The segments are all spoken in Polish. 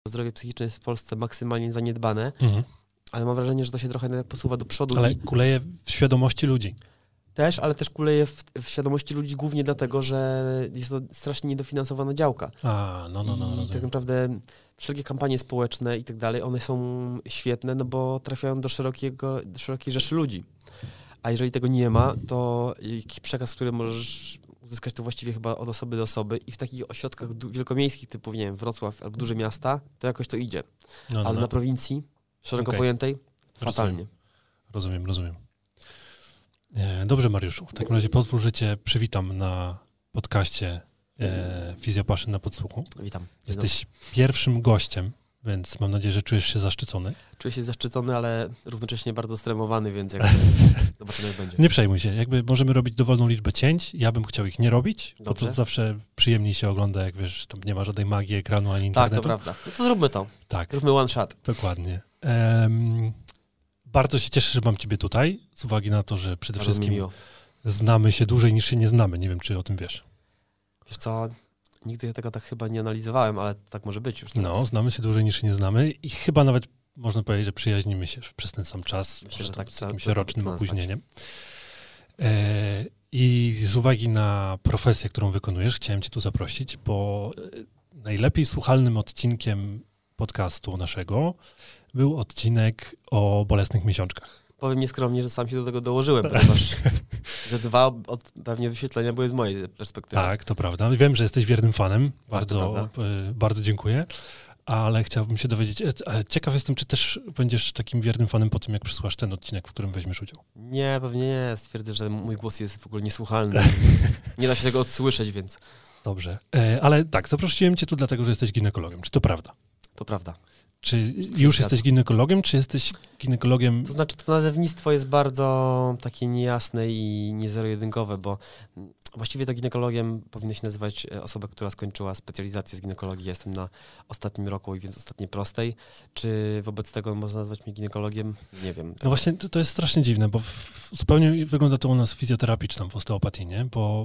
Zdrowie psychiczne jest w Polsce maksymalnie zaniedbane, ale mam wrażenie, że to się trochę posuwa do przodu. Ale kuleje w świadomości ludzi. Też, ale też kuleje w świadomości ludzi głównie dlatego, że jest to strasznie niedofinansowana działka. I tak naprawdę wszelkie kampanie społeczne i tak dalej, one są świetne, no bo trafiają do szerokiej rzeszy ludzi. A jeżeli tego nie ma, to jakiś przekaz, który możesz uzyskać, to właściwie chyba od osoby do osoby i w takich ośrodkach wielkomiejskich typu, nie wiem, Wrocław albo duże miasta, to jakoś to idzie. Ale na prowincji, szeroko pojętej, fatalnie. Rozumiem. Dobrze, Mariuszu. W takim razie pozwól, że cię przywitam na podcaście Fizjopaszyn na Podsłuchu. Witam. Jesteś pierwszym gościem, więc mam nadzieję, że czujesz się zaszczycony. Czuję się zaszczycony, ale równocześnie bardzo stremowany, więc zobaczymy, jak będzie. Nie przejmuj się. Jakby możemy robić dowolną liczbę cięć. Ja bym chciał ich nie robić, Dobrze. bo to zawsze przyjemniej się ogląda, jak wiesz, tam nie ma żadnej magii ekranu ani internetu. Tak, to prawda. No to zróbmy to. Tak. Zróbmy one shot. Dokładnie. Bardzo się cieszę, że mam ciebie tutaj, z uwagi na to, że przede wszystkim znamy się dłużej niż się nie znamy. Nie wiem, czy o tym wiesz. Wiesz co, nigdy tego tak chyba nie analizowałem, ale tak może być już teraz. No, znamy się dłużej niż się nie znamy i chyba nawet można powiedzieć, że przyjaźnimy się przez ten sam czas. Myślę, że tak. Z jakimś rocznym opóźnieniem. I z uwagi na profesję, którą wykonujesz, chciałem cię tu zaprosić, bo najlepiej słuchalnym odcinkiem podcastu naszego był odcinek o bolesnych miesiączkach. Powiem nieskromnie, że sam się do tego dołożyłem, ponieważ ze 2 pewnie wyświetlenia były z mojej perspektywy. Tak, to prawda. Wiem, że jesteś wiernym fanem. Tak, Bardzo dziękuję. Ale chciałbym się dowiedzieć, ciekaw jestem, czy też będziesz takim wiernym fanem po tym, jak przysłasz ten odcinek, w którym weźmiesz udział. Nie, pewnie nie. Stwierdzę, że mój głos jest w ogóle niesłuchalny. Nie da się tego odsłyszeć, więc... Dobrze. Ale tak, zaprosiłem cię tu dlatego, że jesteś ginekologiem. Czy to prawda? To prawda. Czy już jesteś ginekologiem, czy jesteś ginekologiem? To znaczy, to nazewnictwo jest bardzo takie niejasne i niezero-jedynkowe, bo właściwie to ginekologiem powinno się nazywać osoba, która skończyła specjalizację z ginekologii. Ja jestem na ostatnim roku, więc ostatniej prostej. Czy wobec tego można nazwać mnie ginekologiem? Nie wiem. No właśnie, to jest strasznie dziwne, bo zupełnie wygląda to u nas w fizjoterapii, czy tam w osteopatii, nie? Bo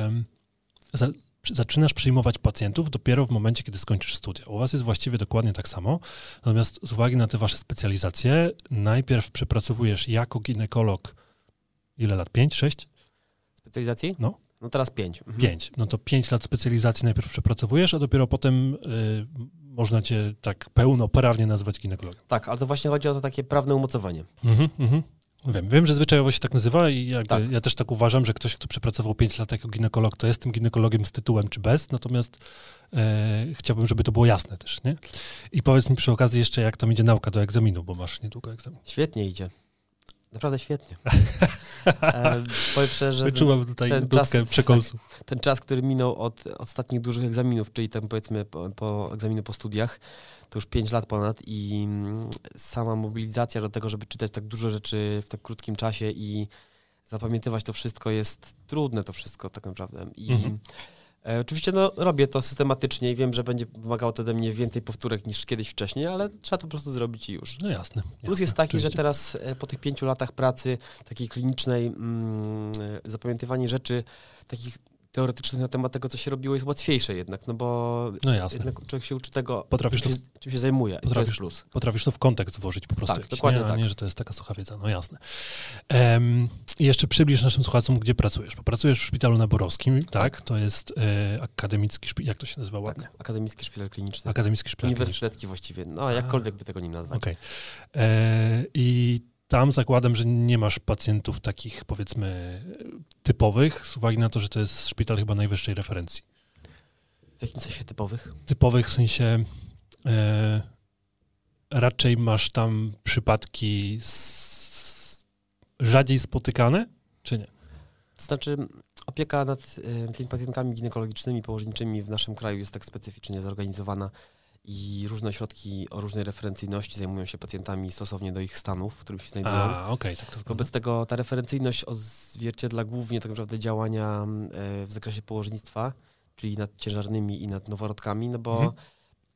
zaczynasz przyjmować pacjentów dopiero w momencie, kiedy skończysz studia. U was jest właściwie dokładnie tak samo, natomiast z uwagi na te wasze specjalizacje, najpierw przepracowujesz jako ginekolog, ile lat? 5, 6? Specjalizacji? No teraz 5. 5. No to 5 lat specjalizacji najpierw przepracowujesz, a dopiero potem można cię tak pełnoprawnie nazwać ginekologiem. Tak, ale to właśnie chodzi o to takie prawne umocowanie. Wiem, że zwyczajowo się tak nazywa i ja też tak uważam, że ktoś, kto przepracował 5 lat jako ginekolog, to jest tym ginekologiem z tytułem czy bez, natomiast chciałbym, żeby to było jasne też, nie? I powiedz mi przy okazji jeszcze, jak tam idzie nauka do egzaminu, bo masz niedługo egzamin. Świetnie idzie. Naprawdę świetnie. Powiem szczerze, wyczułam tutaj nutkę przekąsu. Ten czas, który minął od ostatnich dużych egzaminów, czyli tam powiedzmy po egzaminu po studiach, to już 5 lat ponad i sama mobilizacja do tego, żeby czytać tak dużo rzeczy w tak krótkim czasie i zapamiętywać to wszystko jest trudne, to wszystko tak naprawdę. Oczywiście robię to systematycznie i wiem, że będzie wymagało to ode mnie więcej powtórek niż kiedyś wcześniej, ale trzeba to po prostu zrobić i już. No jasne. Plus jest taki, że teraz po tych 5 latach pracy takiej klinicznej zapamiętywanie rzeczy takich teoretycznych na temat tego, co się robiło, jest łatwiejsze jednak, bo jednak człowiek się uczy tego, czym się zajmuje i to jest plus. Potrafisz to w kontekst włożyć po prostu. Tak, dokładnie tak. A nie, że to jest taka sucha wiedza, no jasne. I jeszcze przybliż naszym słuchaczom, gdzie pracujesz. Bo pracujesz w szpitalu na Borowskim, tak? To jest akademicki szpital, jak to się nazywa ładnie? Tak, akademicki szpital kliniczny. Akademicki szpital uniwersytecki właściwie, jakkolwiek by tego nie nazwać. Okej. I tam zakładam, że nie masz pacjentów takich, powiedzmy, typowych, z uwagi na to, że to jest szpital chyba najwyższej referencji. W jakim sensie typowych? Typowych w sensie raczej masz tam przypadki rzadziej spotykane, czy nie? To znaczy opieka nad tymi pacjentami ginekologicznymi, położniczymi w naszym kraju jest tak specyficznie zorganizowana i różne ośrodki o różnej referencyjności zajmują się pacjentami stosownie do ich stanów, w których się znajdują. Wobec tego ta referencyjność odzwierciedla głównie tak naprawdę działania w zakresie położnictwa, czyli nad ciężarnymi i nad noworodkami, bo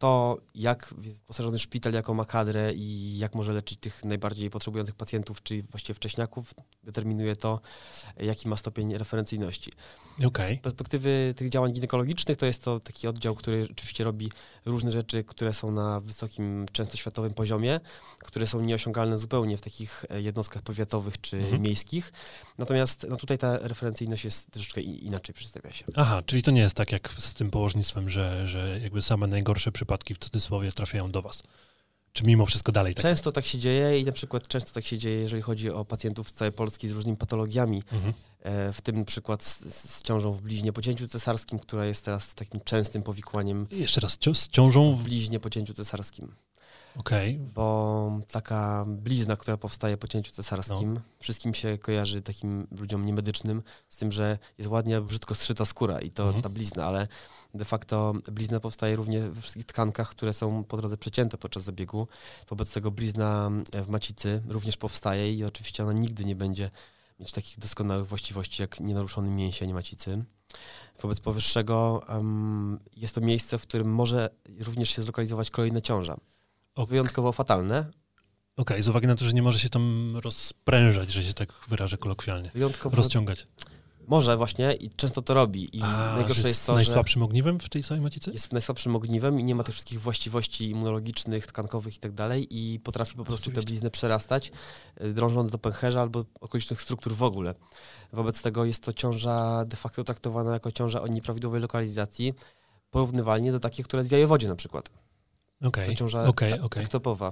to, jak jest wyposażony szpital, jaką ma kadrę i jak może leczyć tych najbardziej potrzebujących pacjentów, czy właściwie wcześniaków, determinuje to, jaki ma stopień referencyjności. Okay. Z perspektywy tych działań ginekologicznych to jest to taki oddział, który oczywiście robi różne rzeczy, które są na wysokim, często światowym poziomie, które są nieosiągalne zupełnie w takich jednostkach powiatowych czy miejskich. Natomiast no tutaj ta referencyjność jest troszeczkę inaczej przedstawia się. Aha, czyli to nie jest tak jak z tym położnictwem, że jakby same najgorsze przypadki w cudzysłowie trafiają do was. Czy mimo wszystko dalej tak? Często tak się dzieje i na przykład często tak się dzieje, jeżeli chodzi o pacjentów z całej Polski z różnymi patologiami, w tym na przykład z ciążą w bliźnie po cięciu cesarskim, która jest teraz takim częstym powikłaniem. Jeszcze raz, z ciążą w bliźnie po cięciu cesarskim. Okej. Bo taka blizna, która powstaje po cięciu cesarskim, wszystkim się kojarzy takim ludziom niemedycznym z tym, że jest ładnie brzydko zszyta skóra i to ta blizna, ale de facto blizna powstaje również we wszystkich tkankach, które są po drodze przecięte podczas zabiegu. Wobec tego blizna w macicy również powstaje i oczywiście ona nigdy nie będzie mieć takich doskonałych właściwości jak nienaruszony mięsień macicy. Wobec powyższego jest to miejsce, w którym może również się zlokalizować kolejna ciąża. Wyjątkowo fatalne. Okej, z uwagi na to, że nie może się tam rozprężać, że się tak wyrażę kolokwialnie. Wyjątkowo rozciągać. Może właśnie i często to robi. I najgorsze jest to, najsłabszym ogniwem w tej całej macicy? Jest najsłabszym ogniwem i nie ma tych wszystkich właściwości immunologicznych, tkankowych i tak dalej i potrafi po prostu tę bliznę przerastać, drążąc do pęcherza albo okolicznych struktur w ogóle. Wobec tego jest to ciąża de facto traktowana jako ciąża o nieprawidłowej lokalizacji, porównywalnie do takiej, która jest w jajowodzie na przykład. Okej, ektopowa.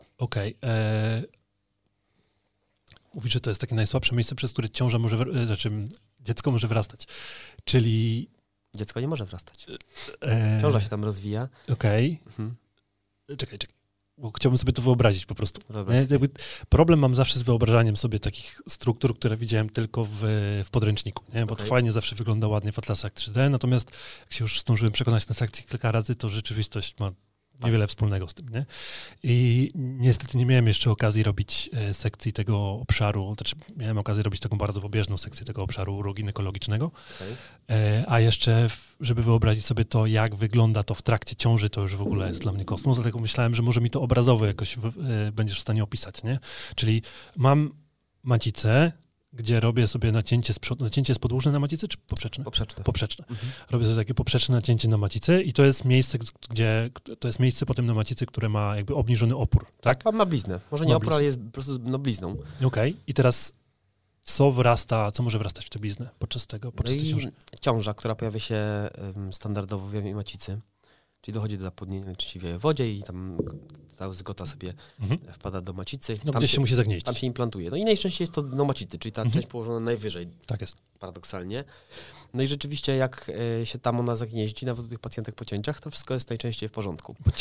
Mówisz, że to jest takie najsłabsze miejsce, przez które ciąża może, dziecko może wyrastać. Czyli... Dziecko nie może wrastać. Ciąża się tam rozwija. Czekaj. Bo chciałbym sobie to wyobrazić po prostu. Problem mam zawsze z wyobrażaniem sobie takich struktur, które widziałem tylko w podręczniku, nie? Bo to fajnie zawsze wygląda ładnie w atlasach 3D, natomiast jak się już zdążyłem przekonać na sekcji kilka razy, to rzeczywistość ma niewiele wspólnego z tym, nie? I niestety nie miałem jeszcze okazji robić sekcji tego obszaru, znaczy miałem okazję robić taką bardzo pobieżną sekcję tego obszaru uroginekologicznego, a jeszcze, żeby wyobrazić sobie to, jak wygląda to w trakcie ciąży, to już w ogóle jest dla mnie kosmos, dlatego myślałem, że może mi to obrazowo jakoś będziesz w stanie opisać, nie? Czyli mam macicę, gdzie robię sobie nacięcie z przodu. Nacięcie jest podłużne na macicy, czy poprzeczne? Poprzeczne. Robię sobie takie poprzeczne nacięcie na macicy i to jest miejsce, to jest miejsce potem na macicy, które ma jakby obniżony opór. Tak, ma bliznę. Może nie opór, ale jest po prostu blizną. Okej. I teraz co może wrastać w tę bliznę podczas tej ciąży? Ciąża, która pojawia się standardowo w jawie macicy, czyli dochodzi do zapłodnienia najczęściej w wodzie i tam ta zygota sobie wpada do macicy. No gdzieś się musi zagnieździć. Tam się implantuje. No i najczęściej jest to dno macicy, czyli ta część położona najwyżej. Tak jest. Paradoksalnie. No i rzeczywiście jak się tam ona zagnieździ, nawet u tych pacjentek po cięciach, to wszystko jest najczęściej w porządku. Bo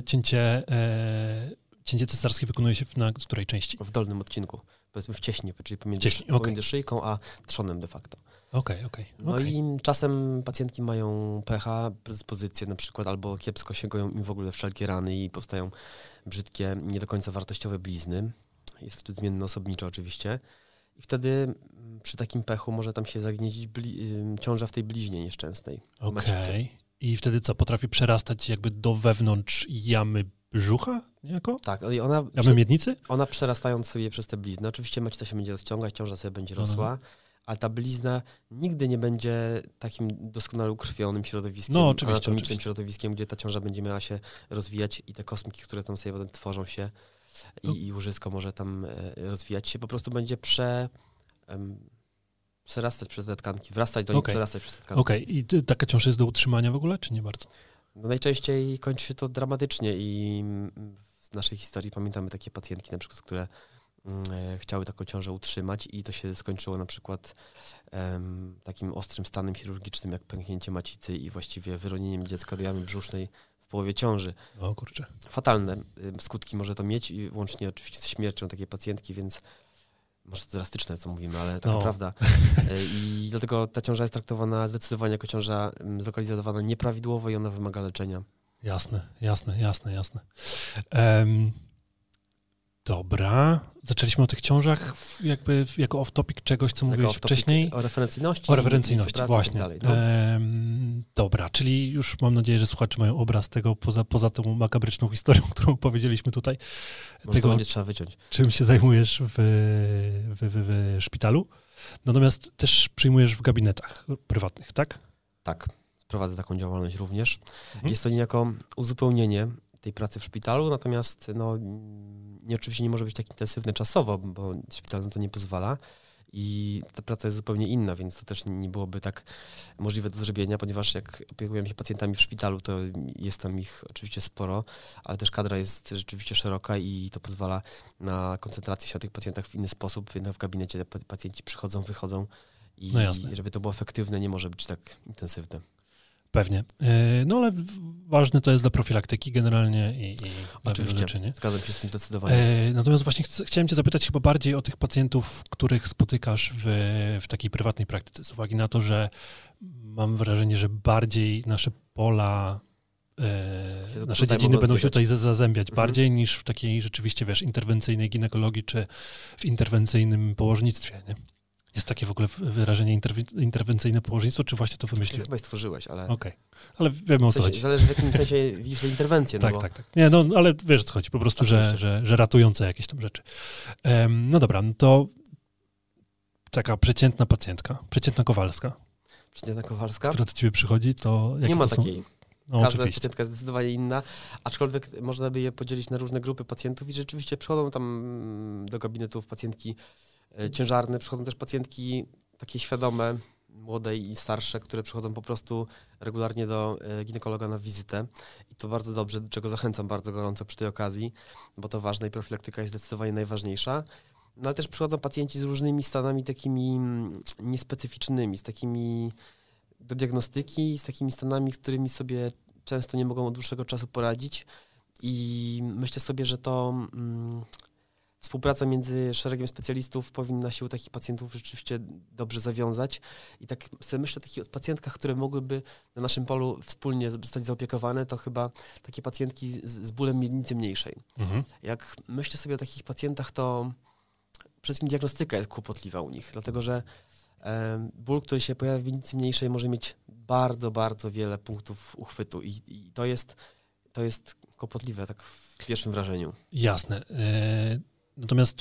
cięcie cesarskie wykonuje się na której części? W dolnym odcinku. Powiedzmy w cieśnie, czyli pomiędzy szyjką a trzonem de facto. No i czasem pacjentki mają pH, predyspozycje na przykład, albo kiepsko się goją im w ogóle wszelkie rany i powstają brzydkie, nie do końca wartościowe blizny. Jest to zmienne osobniczo oczywiście. I przy takim pH może tam się zagnieździć ciąża w tej bliźnie nieszczęsnej. I wtedy co? Potrafi przerastać jakby do wewnątrz jamy brzucha niejako? Tak. Jamy miednicy? Ona przerastając sobie przez tę bliznę, oczywiście macica się będzie rozciągać, ciąża sobie będzie rosła, ale ta blizna nigdy nie będzie takim doskonale ukrwionym środowiskiem, anatomicznym środowiskiem, gdzie ta ciąża będzie miała się rozwijać i te kosmki, które tam sobie potem tworzą się i łożysko może tam rozwijać się, po prostu będzie przerastać przez te tkanki, wrastać do nich, przerastać przez te tkanki. I taka ciąża jest do utrzymania w ogóle, czy nie bardzo? No najczęściej kończy się to dramatycznie i w naszej historii pamiętamy takie pacjentki na przykład, które chciały taką ciążę utrzymać i to się skończyło na przykład takim ostrym stanem chirurgicznym jak pęknięcie macicy i właściwie wyronieniem dziecka do jamy brzusznej w połowie ciąży. O kurczę. Fatalne skutki może to mieć i łącznie oczywiście ze śmiercią takiej pacjentki, więc może to drastyczne, co mówimy, ale taka prawda. I dlatego ta ciąża jest traktowana zdecydowanie jako ciąża zlokalizowana nieprawidłowo i ona wymaga leczenia. Jasne. Dobra. Zaczęliśmy o tych książach jakby jako off-topic czegoś, co mówiłeś wcześniej. O referencyjności. O referencyjności, właśnie. Tak dalej, no. Dobra, czyli już mam nadzieję, że słuchacze mają obraz tego, poza tą makabryczną historią, którą powiedzieliśmy tutaj. Może tego, to będzie trzeba wyciąć. Czym się zajmujesz w szpitalu. Natomiast też przyjmujesz w gabinetach prywatnych, tak? Tak, prowadzę taką działalność również. Jest to niejako uzupełnienie tej pracy w szpitalu, natomiast oczywiście nie może być tak intensywne czasowo, bo szpital na to nie pozwala i ta praca jest zupełnie inna, więc to też nie byłoby tak możliwe do zrobienia, ponieważ jak opiekujemy się pacjentami w szpitalu, to jest tam ich oczywiście sporo, ale też kadra jest rzeczywiście szeroka i to pozwala na koncentrację się na tych pacjentach w inny sposób. W gabinecie pacjenci przychodzą, wychodzą i żeby to było efektywne, nie może być tak intensywne. Pewnie. No ale ważne to jest dla profilaktyki generalnie i oczywiście, rzeczy, nie? Zgadzam się z tym zdecydowanie. Natomiast właśnie chciałem cię zapytać chyba bardziej o tych pacjentów, których spotykasz w takiej prywatnej praktyce, z uwagi na to, że mam wrażenie, że bardziej nasze pola, nasze dziedziny będą się tutaj zazębiać bardziej niż w takiej rzeczywiście, interwencyjnej ginekologii czy w interwencyjnym położnictwie, nie? Jest takie w ogóle wyrażenie interwencyjne położnictwo, czy właśnie to wymyśliłeś? Chyba je stworzyłeś, ale... Okej. Ale wiemy o co chodzi. Zależy w jakim sensie widzisz tę interwencję. Tak. Nie, ale wiesz o co chodzi, po prostu, że ratujące jakieś tam rzeczy. No dobra, to taka przeciętna pacjentka, przeciętna Kowalska. Przeciętna Kowalska? Która do ciebie przychodzi, to... Nie ma takiej. Każda oczywiście. pacjentka jest zdecydowanie inna, aczkolwiek można by je podzielić na różne grupy pacjentów i rzeczywiście przychodzą tam do gabinetów pacjentki ciężarne, przychodzą też pacjentki takie świadome, młode i starsze, które przychodzą po prostu regularnie do ginekologa na wizytę i to bardzo dobrze, do czego zachęcam bardzo gorąco przy tej okazji, bo to ważne i profilaktyka jest zdecydowanie najważniejsza. No ale też przychodzą pacjenci z różnymi stanami takimi niespecyficznymi, z takimi do diagnostyki, z takimi stanami, z którymi sobie często nie mogą od dłuższego czasu poradzić i myślę sobie, że to współpraca między szeregiem specjalistów powinna się u takich pacjentów rzeczywiście dobrze zawiązać i tak sobie myślę o takich pacjentkach, które mogłyby na naszym polu wspólnie zostać zaopiekowane, to chyba takie pacjentki z bólem miednicy mniejszej. Jak myślę sobie o takich pacjentach, to przede wszystkim diagnostyka jest kłopotliwa u nich, dlatego że ból, który się pojawia w miednicy mniejszej, może mieć bardzo, bardzo wiele punktów uchwytu i to jest kłopotliwe, tak w pierwszym wrażeniu. Jasne. Natomiast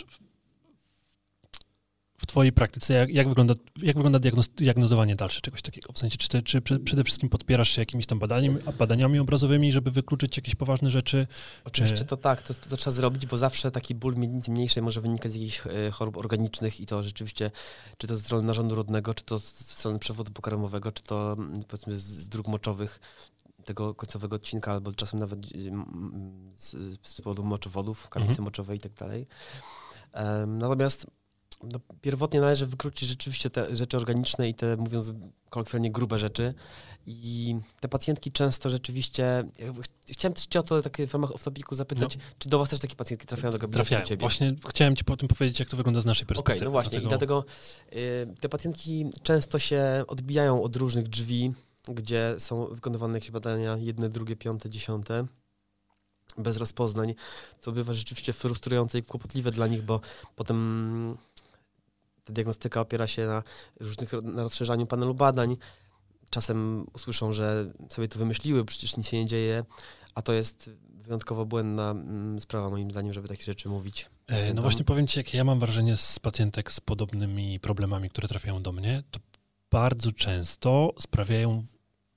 w twojej praktyce jak wygląda diagnozowanie dalsze czegoś takiego? W sensie, czy przede wszystkim podpierasz się jakimiś tam badaniami obrazowymi, żeby wykluczyć jakieś poważne rzeczy? Oczywiście to tak, to trzeba zrobić, bo zawsze taki ból miednicy mniejszej może wynikać z jakichś chorób organicznych i to rzeczywiście, czy to ze strony narządu rodnego, czy to ze strony przewodu pokarmowego, czy to powiedzmy z dróg moczowych, tego końcowego odcinka, albo czasem nawet z powodu moczowodów, kamicy moczowej i tak dalej. Natomiast pierwotnie należy wykluczyć rzeczywiście te rzeczy organiczne i te, mówiąc kolokwialnie, grube rzeczy. I te pacjentki często rzeczywiście... Chciałem też cię o to w ramach off-topicu zapytać, czy do was też takie pacjentki trafiają do gabinetu? Trafiają. Ciebie? Właśnie chciałem ci po tym powiedzieć, jak to wygląda z naszej perspektywy. Okej, no właśnie. I dlatego te pacjentki często się odbijają od różnych drzwi, gdzie są wykonywane jakieś badania, 1, 2, 5, 10, bez rozpoznań, co bywa rzeczywiście frustrujące i kłopotliwe dla nich, bo potem ta diagnostyka opiera się na rozszerzaniu panelu badań. Czasem usłyszą, że sobie to wymyśliły, przecież nic się nie dzieje, a to jest wyjątkowo błędna sprawa moim zdaniem, żeby takie rzeczy mówić. No właśnie powiem ci, jakie ja mam wrażenie z pacjentek z podobnymi problemami, które trafiają do mnie, to bardzo często sprawiają,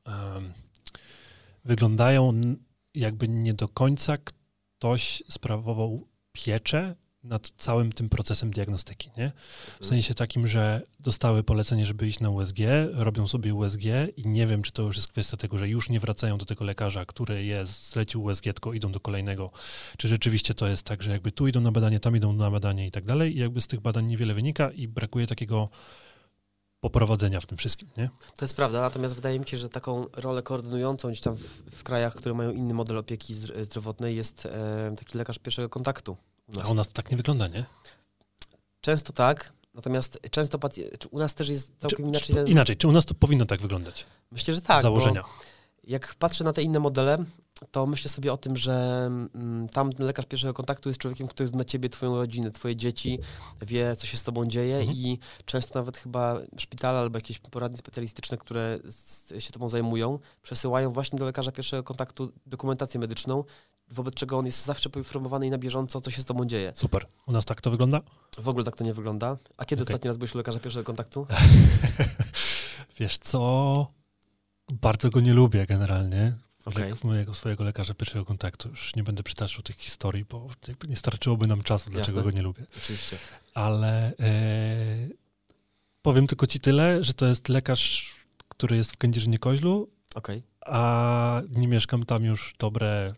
wyglądają jakby nie do końca ktoś sprawował pieczę nad całym tym procesem diagnostyki, nie? W sensie takim, że dostały polecenie, żeby iść na USG, robią sobie USG i nie wiem, czy to już jest kwestia tego, że już nie wracają do tego lekarza, który zlecił USG, tylko idą do kolejnego, czy rzeczywiście to jest tak, że jakby tu idą na badanie, tam idą na badanie i tak dalej i jakby z tych badań niewiele wynika i brakuje takiego poprowadzenia w tym wszystkim, nie? To jest prawda, natomiast wydaje mi się, że taką rolę koordynującą gdzieś tam w krajach, które mają inny model opieki zdrowotnej, jest taki lekarz pierwszego kontaktu. A u nas to tak nie wygląda, nie? Często tak, natomiast często u nas też jest całkiem inaczej. Inaczej, czy u nas to powinno tak wyglądać? Myślę, że tak. Z założenia. Jak patrzę na te inne modele, to myślę sobie o tym, że tam lekarz pierwszego kontaktu jest człowiekiem, który zna ciebie, twoją rodzinę, twoje dzieci, wie, co się z tobą dzieje i często nawet chyba szpitale albo jakieś poradnie specjalistyczne, które się tobą zajmują, przesyłają właśnie do lekarza pierwszego kontaktu dokumentację medyczną, wobec czego on jest zawsze poinformowany i na bieżąco, co się z tobą dzieje. Super. U nas tak to wygląda? W ogóle tak to nie wygląda. A kiedy ostatni raz byłeś u lekarza pierwszego kontaktu? Wiesz co? Bardzo go nie lubię generalnie. Okay. Mojego swojego lekarza pierwszego kontaktu. Już nie będę przytaczał tych historii, bo jakby nie starczyłoby nam czasu, dlaczego go nie lubię. Oczywiście. Ale powiem tylko ci tyle, że to jest lekarz, który jest w Kędzierzynie-Koźlu, a nie mieszkam tam już dobre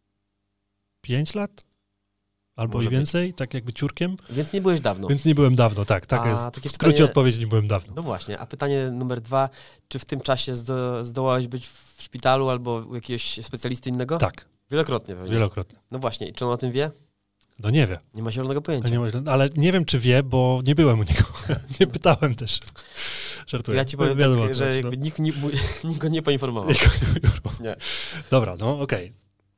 5 lat? Albo może i więcej, być. Tak jakby ciurkiem. Więc nie byłeś dawno. Więc nie byłem dawno, tak jest. W skrócie odpowiedź, nie byłem dawno. No właśnie, a pytanie numer 2, czy w tym czasie zdołałeś być w szpitalu albo u jakiegoś specjalisty innego? Tak. Wielokrotnie pewnie. Wielokrotnie. No właśnie, i czy on o tym wie? No nie wie. Nie ma zielonego pojęcia. Ale nie wiem, czy wie, bo nie byłem u niego. Nie pytałem też. Żartuję. Ja ci powiem wiadomo, tak, że jakby nikt go nie poinformował. Nie. Dobra, no okej.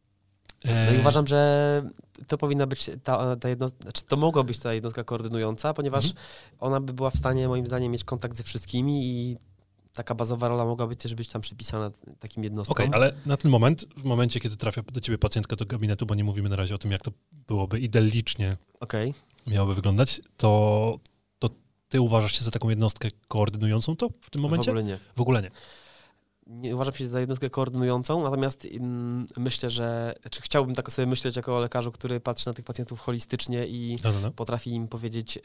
No i uważam, że to powinna być ta jednostka, znaczy to mogła być ta jednostka koordynująca, ponieważ ona by była w stanie, moim zdaniem, mieć kontakt ze wszystkimi i taka bazowa rola mogłaby też być tam przypisana takim jednostkom. Okej, ale na ten moment, w momencie, kiedy trafia do ciebie pacjentka do gabinetu, bo nie mówimy na razie o tym, jak to byłoby idyllicznie miałoby wyglądać, to ty uważasz się za taką jednostkę koordynującą to w tym momencie? W ogóle nie. W ogóle nie. Nie uważam się za jednostkę koordynującą, natomiast myślę, że chciałbym tak sobie myśleć jako lekarzu, który patrzy na tych pacjentów holistycznie i potrafi im powiedzieć,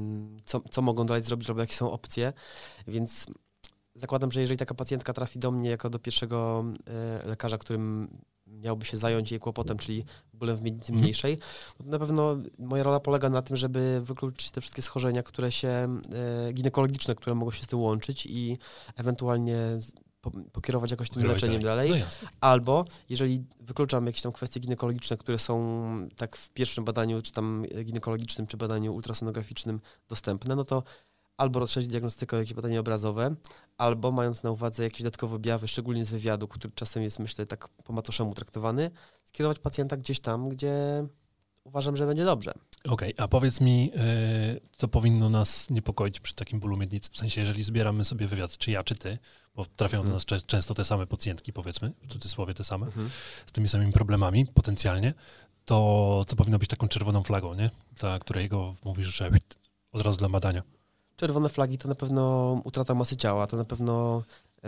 co mogą dalej zrobić albo jakie są opcje, więc zakładam, że jeżeli taka pacjentka trafi do mnie jako do pierwszego lekarza, którym miałby się zająć jej kłopotem, czyli bólem w miednicy mniejszej, to na pewno moja rola polega na tym, żeby wykluczyć te wszystkie schorzenia, które się ginekologiczne, które mogą się z tym łączyć i ewentualnie pokierować jakoś tym leczeniem dalej. No albo jeżeli wykluczam jakieś tam kwestie ginekologiczne, które są tak w pierwszym badaniu, czy tam ginekologicznym, czy badaniu ultrasonograficznym dostępne, no to albo rozszerzyć diagnostykę o jakieś badanie obrazowe, albo mając na uwadze jakieś dodatkowe objawy, szczególnie z wywiadu, który czasem jest, myślę, tak po macoszemu traktowany, skierować pacjenta gdzieś tam, gdzie uważam, że będzie dobrze. Okej, a powiedz mi, co powinno nas niepokoić przy takim bólu miednicy? W sensie, jeżeli zbieramy sobie wywiad, czy ja, czy ty, bo trafiają do nas często te same pacjentki, powiedzmy, w cudzysłowie te same, z tymi samymi problemami potencjalnie, to co powinno być taką czerwoną flagą, nie? Dla którego mówisz, że od razu dla badania. Czerwone flagi to na pewno utrata masy ciała, to na pewno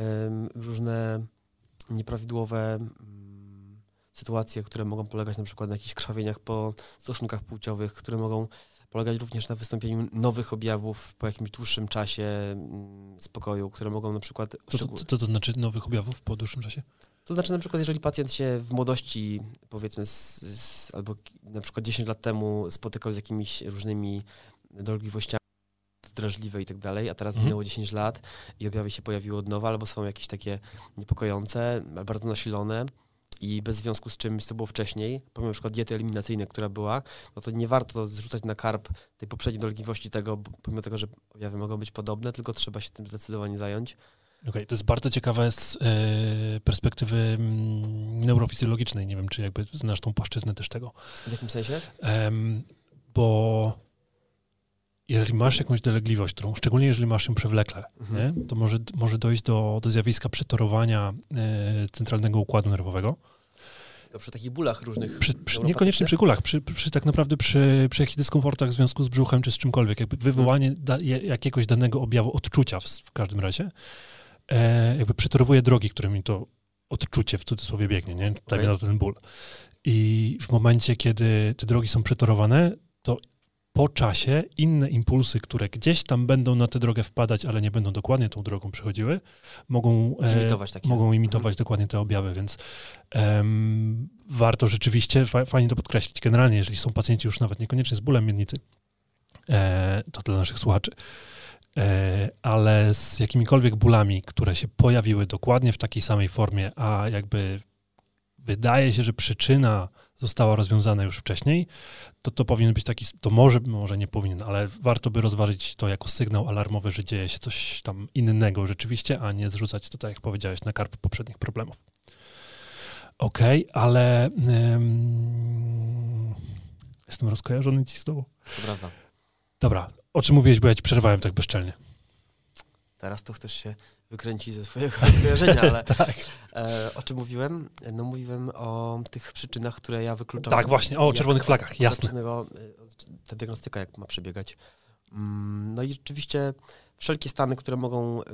różne nieprawidłowe sytuacje, które mogą polegać na przykład na jakichś krwawieniach po stosunkach płciowych, które mogą polegać również na wystąpieniu nowych objawów po jakimś dłuższym czasie spokoju, które mogą na przykład... Co to znaczy nowych objawów po dłuższym czasie? To znaczy na przykład, jeżeli pacjent się w młodości, powiedzmy, albo na przykład 10 lat temu spotykał z jakimiś różnymi dolegliwościami drażliwe i tak dalej, a teraz minęło 10 lat i objawy się pojawiły od nowa, albo są jakieś takie niepokojące, bardzo nasilone i bez związku z czymś, co było wcześniej, pomimo na przykład diety eliminacyjnej, która była, no to nie warto zrzucać na karb tej poprzedniej dolegliwości tego, pomimo tego, że objawy mogą być podobne, tylko trzeba się tym zdecydowanie zająć. Okej, to jest bardzo ciekawe z perspektywy neurofizjologicznej. Nie wiem, czy jakby znasz tą płaszczyznę też tego. W jakim sensie? Bo jeżeli masz jakąś dolegliwość, którą, szczególnie jeżeli masz ją przewlekle, nie, to może dojść do zjawiska przetorowania centralnego układu nerwowego. To przy takich bólach różnych. Niekoniecznie przy gulach, tak naprawdę przy jakichś dyskomfortach w związku z brzuchem czy z czymkolwiek. Jakby wywołanie jakiegoś danego objawu, odczucia w każdym razie, jakby przetorowuje drogi, którymi to odczucie w cudzysłowie biegnie, nie? Dajmy na to ten ból. I w momencie, kiedy te drogi są przetorowane, to po czasie inne impulsy, które gdzieś tam będą na tę drogę wpadać, ale nie będą dokładnie tą drogą przechodziły, mogą imitować dokładnie te objawy, więc warto rzeczywiście, fajnie to podkreślić, generalnie, jeżeli są pacjenci już nawet niekoniecznie z bólem miednicy, to dla naszych słuchaczy, ale z jakimikolwiek bólami, które się pojawiły dokładnie w takiej samej formie, a jakby wydaje się, że przyczyna została rozwiązana już wcześniej, to powinien być taki, to może nie powinien, ale warto by rozważyć to jako sygnał alarmowy, że dzieje się coś tam innego rzeczywiście, a nie zrzucać to, tak jak powiedziałeś, na karp poprzednich problemów. Okej, ale jestem rozkojarzony ci z tobą. To prawda. Dobra, o czym mówiłeś, bo ja ci przerwałem tak bezczelnie. Teraz to chcesz się wykręcić ze swojego rozkojarzenia, ale tak. O czym mówiłem? No mówiłem o tych przyczynach, które ja wykluczam. Tak, właśnie, o czerwonych flagach, jasne. Ta diagnostyka, jak ma przebiegać. No i rzeczywiście wszelkie stany, które mogą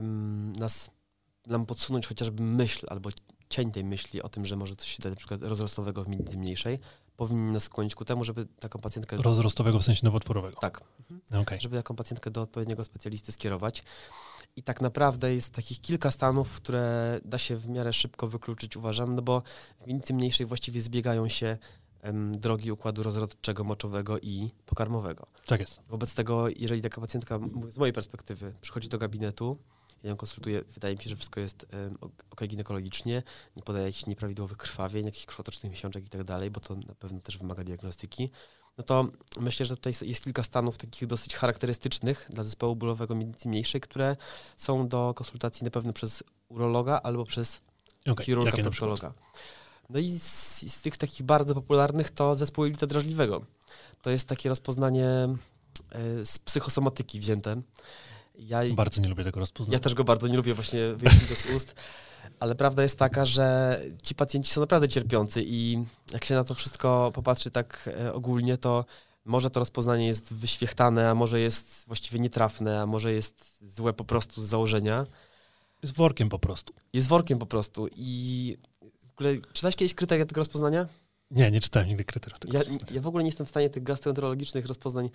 nam podsunąć chociażby myśl albo cień tej myśli o tym, że może coś się dać na przykład rozrostowego w miednicy mniejszej, powinny nas skłonić ku temu, żeby taką pacjentkę... Rozrostowego w sensie nowotworowego. Tak. Okay. Żeby taką pacjentkę do odpowiedniego specjalisty skierować. I tak naprawdę jest takich kilka stanów, które da się w miarę szybko wykluczyć, uważam, no bo w miednicy mniejszej właściwie zbiegają się drogi układu rozrodczego, moczowego i pokarmowego. Tak jest. Wobec tego, jeżeli taka pacjentka, z mojej perspektywy, przychodzi do gabinetu, ja ją konsultuję, wydaje mi się, że wszystko jest ok ginekologicznie, nie podaje jakichś nieprawidłowych krwawień, jakichś krwotocznych miesiączek i tak dalej, bo to na pewno też wymaga diagnostyki, no to myślę, że tutaj jest kilka stanów takich dosyć charakterystycznych dla zespołu bólowego miednicy mniejszej, które są do konsultacji na pewno przez urologa albo przez chirurga, proktologa. No i z tych takich bardzo popularnych to zespół jelita drażliwego. To jest takie rozpoznanie z psychosomatyki wzięte. Ja bardzo nie lubię tego rozpoznania. Ja też go bardzo nie lubię, właśnie wyjść mi to z ust. Ale prawda jest taka, że ci pacjenci są naprawdę cierpiący i jak się na to wszystko popatrzy tak ogólnie, to może to rozpoznanie jest wyświechtane, a może jest właściwie nietrafne, a może jest złe po prostu z założenia. Jest workiem po prostu. Jest workiem po prostu. I w ogóle czytałeś kiedyś kryteria tego rozpoznania? Nie czytałem nigdy kryteriów tego ja w ogóle nie jestem w stanie tych gastroenterologicznych rozpoznań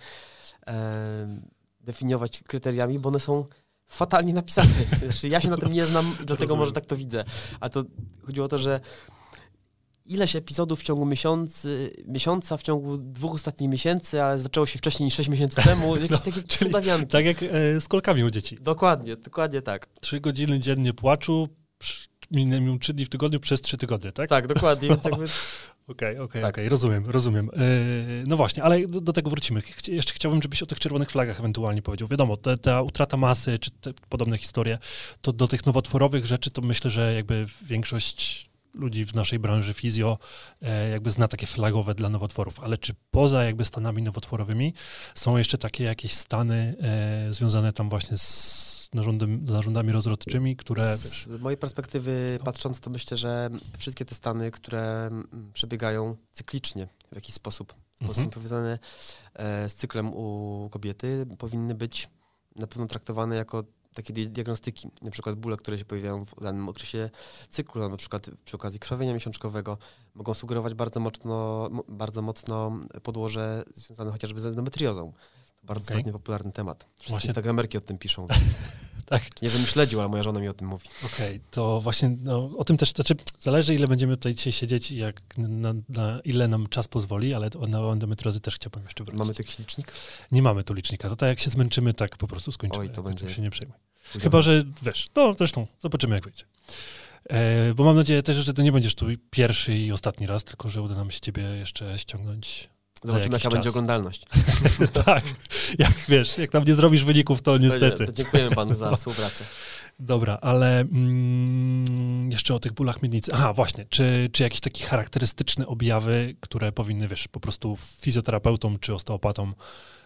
definiować kryteriami, bo one są fatalnie napisane. Znaczy, ja się na tym nie znam i dlatego może tak to widzę. A to chodziło o to, że ileś epizodów w ciągu miesiąca, w ciągu 2 ostatnich miesięcy, ale zaczęło się wcześniej niż 6 miesięcy temu. Jakieś takie cudawianki. Tak jak z kolkami u dzieci. Dokładnie tak. 3 godziny dziennie płaczu, minimum 3 dni w tygodniu przez 3 tygodnie, tak? Tak, dokładnie. Więc jakby... Okej, rozumiem. No właśnie, ale do tego wrócimy. Jeszcze chciałbym, żebyś o tych czerwonych flagach ewentualnie powiedział. Wiadomo, ta utrata masy, czy te podobne historie, to do tych nowotworowych rzeczy, to myślę, że jakby większość ludzi w naszej branży fizjo jakby zna takie flagowe dla nowotworów, ale czy poza jakby stanami nowotworowymi są jeszcze takie jakieś stany związane tam właśnie z narządami rozrodczymi, które... Z mojej perspektywy patrząc, to myślę, że wszystkie te stany, które przebiegają cyklicznie w jakiś sposób powiązane z cyklem u kobiety, powinny być na pewno traktowane jako takie diagnostyki, na przykład bóle, które się pojawiają w danym okresie cyklu, na przykład przy okazji krwawienia miesiączkowego, mogą sugerować bardzo mocno podłoże związane chociażby z endometriozą. To bardzo ostatnio popularny temat. Wszystkie instagramerki o tym piszą. Więc tak. Nie żebym śledził, ale moja żona mi o tym mówi. Okej, to właśnie o tym też, znaczy zależy, ile będziemy tutaj dzisiaj siedzieć i na ile nam czas pozwoli, ale na endometriozy też chciałbym jeszcze wrócić. Mamy tu jakiś licznik? Nie mamy tu licznika. To tak jak się zmęczymy, tak po prostu skończymy. Oj, to będzie... się nie przejmuj. Chyba, że wiesz, no zresztą zobaczymy, jak wyjdzie. Bo mam nadzieję też, że to nie będziesz tu pierwszy i ostatni raz, tylko że uda nam się ciebie jeszcze ściągnąć. Zobaczymy, jaka będzie oglądalność. Tak, jak tam nie zrobisz wyników, to niestety. To dziękujemy panu za współpracę. Dobra, ale jeszcze o tych bólach miednicy. Aha, właśnie, czy jakieś takie charakterystyczne objawy, które powinny, po prostu fizjoterapeutom czy osteopatom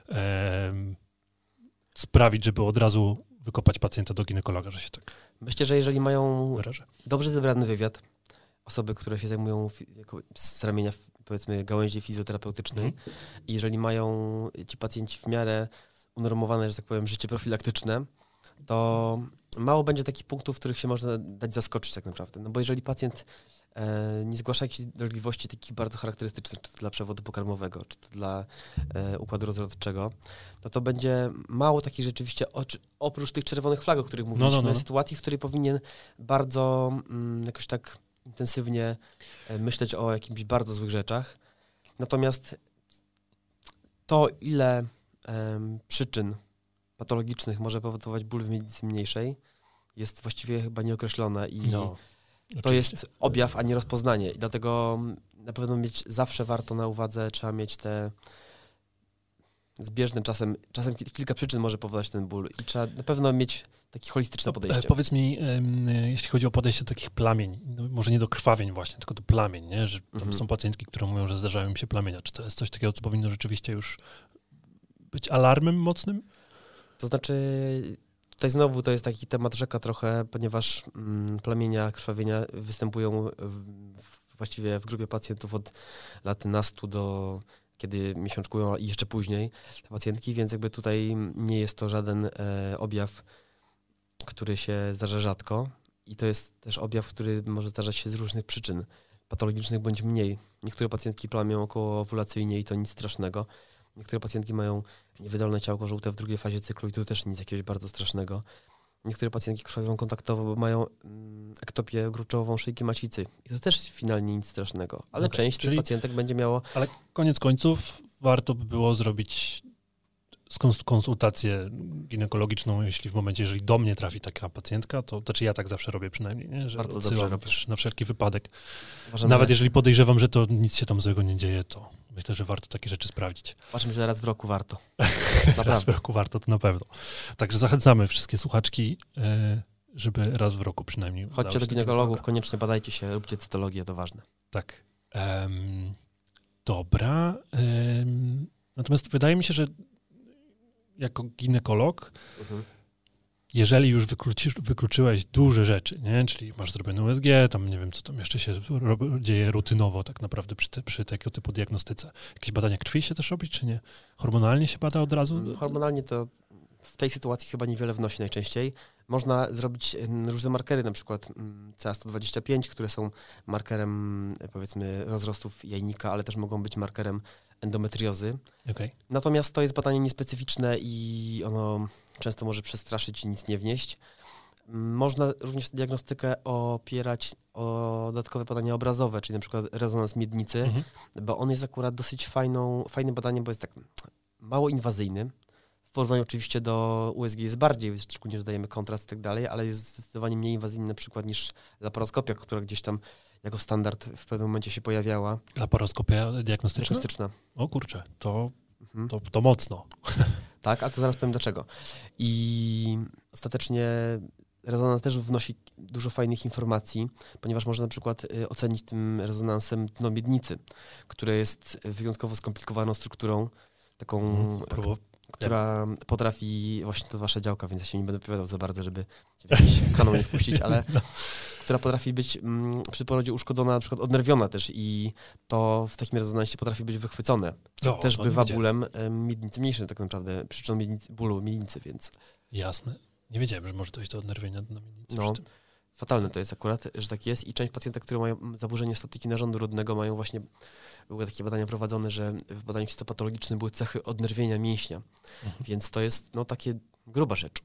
sprawić, żeby od razu wykopać pacjenta do ginekologa, że się tak myślę, że jeżeli mają wyrażę. Dobrze zebrany wywiad, osoby, które się zajmują z ramienia, powiedzmy, gałęzi fizjoterapeutycznej i jeżeli mają ci pacjenci w miarę unormowane, że tak powiem, życie profilaktyczne, to mało będzie takich punktów, w których się można dać zaskoczyć tak naprawdę. No bo jeżeli pacjent nie zgłasza jakichś dolegliwości takich bardzo charakterystycznych, czy to dla przewodu pokarmowego, czy to dla układu rozrodczego, no to będzie mało takich rzeczywiście, oprócz tych czerwonych flag, o których mówiliśmy, sytuacji, w której powinien bardzo jakoś tak intensywnie myśleć o jakichś bardzo złych rzeczach. Natomiast to, ile przyczyn patologicznych może powodować ból w miednicy mniejszej, jest właściwie chyba nieokreślone i to jest objaw, a nie rozpoznanie. I dlatego na pewno zawsze warto na uwadze, trzeba mieć te zbieżne, czasem kilka przyczyn może powodować ten ból i trzeba na pewno mieć takie holistyczne podejście. Powiedz mi, jeśli chodzi o podejście do takich plamień, no może nie do krwawień właśnie, tylko do plamień, nie? Że tam są pacjentki, które mówią, że zdarzają im się plamienia. Czy to jest coś takiego, co powinno rzeczywiście już być alarmem mocnym? To znaczy, tutaj znowu to jest taki temat rzeka trochę, ponieważ plamienia, krwawienia występują właściwie w grupie pacjentów od lat nastu do kiedy miesiączkują i jeszcze później te pacjentki, więc jakby tutaj nie jest to żaden objaw, który się zdarza rzadko i to jest też objaw, który może zdarzać się z różnych przyczyn patologicznych bądź mniej. Niektóre pacjentki plamią okołoowulacyjnie i to nic strasznego. Niektóre pacjentki mają niewydolne ciałko żółte w drugiej fazie cyklu i to też nic jakiegoś bardzo strasznego. Niektóre pacjentki krwawią kontaktowo, bo mają ektopię gruczołową szyjki macicy i to też finalnie nic strasznego. Ale część tych pacjentek będzie miało... Ale koniec końców warto by było zrobić konsultację ginekologiczną, jeżeli do mnie trafi taka pacjentka, to znaczy ja tak zawsze robię przynajmniej, nie? Że bardzo dobrze na wszelki wypadek. Nawet jeżeli podejrzewam, że to nic się tam złego nie dzieje, to myślę, że warto takie rzeczy sprawdzić. Uważam, że raz w roku warto. Raz w roku warto, to na pewno. Także zachęcamy wszystkie słuchaczki, żeby raz w roku przynajmniej... Chodźcie do ginekologów, koniecznie badajcie się, róbcie cytologię, to ważne. Tak. Dobra. Natomiast wydaje mi się, że jako ginekolog, jeżeli już wykluczyłeś duże rzeczy, nie? Czyli masz zrobione USG, tam nie wiem, co tam jeszcze się dzieje rutynowo tak naprawdę przy takiego typu diagnostyce. Jakieś badania krwi się też robi, czy nie? Hormonalnie się bada od razu? Hormonalnie to w tej sytuacji chyba niewiele wnosi najczęściej. Można zrobić różne markery, na przykład CA125, które są markerem, powiedzmy, rozrostów jajnika, ale też mogą być markerem endometriozy. Okay. Natomiast to jest badanie niespecyficzne i ono często może przestraszyć i nic nie wnieść. Można również diagnostykę opierać o dodatkowe badania obrazowe, czyli na przykład rezonans miednicy, bo on jest akurat dosyć fajnym badaniem, bo jest tak mało inwazyjny. W porównaniu oczywiście do USG jest bardziej, szczególnie, że dajemy kontrast i tak dalej, ale jest zdecydowanie mniej inwazyjny na przykład niż laparoskopia, która gdzieś tam jako standard w pewnym momencie się pojawiała. Laparoskopia diagnostyczna? O kurczę, to mocno. Tak, ale to zaraz powiem dlaczego. I ostatecznie rezonans też wnosi dużo fajnych informacji, ponieważ można na przykład ocenić tym rezonansem dno miednicy, które jest wyjątkowo skomplikowaną strukturą, taką, która potrafi, właśnie to wasza działka, więc ja się nie będę opowiadał za bardzo, żeby w jakiś kanał nie wpuścić, ale która potrafi być przy porodzie uszkodzona, na przykład odnerwiona też i to w takim rezonansie potrafi być wychwycone. Też bywa bólem miednicy mniejszym tak naprawdę, przyczyną bólu miednicy, więc... Jasne. Nie wiedziałem, że może dojść do odnerwienia na miednicy. No, fatalne to jest akurat, że tak jest i część pacjentek, które mają zaburzenie statyki narządu rodnego, mają właśnie, były takie badania prowadzone, że w badaniu histopatologicznym były cechy odnerwienia mięśnia, więc to jest takie gruba rzecz.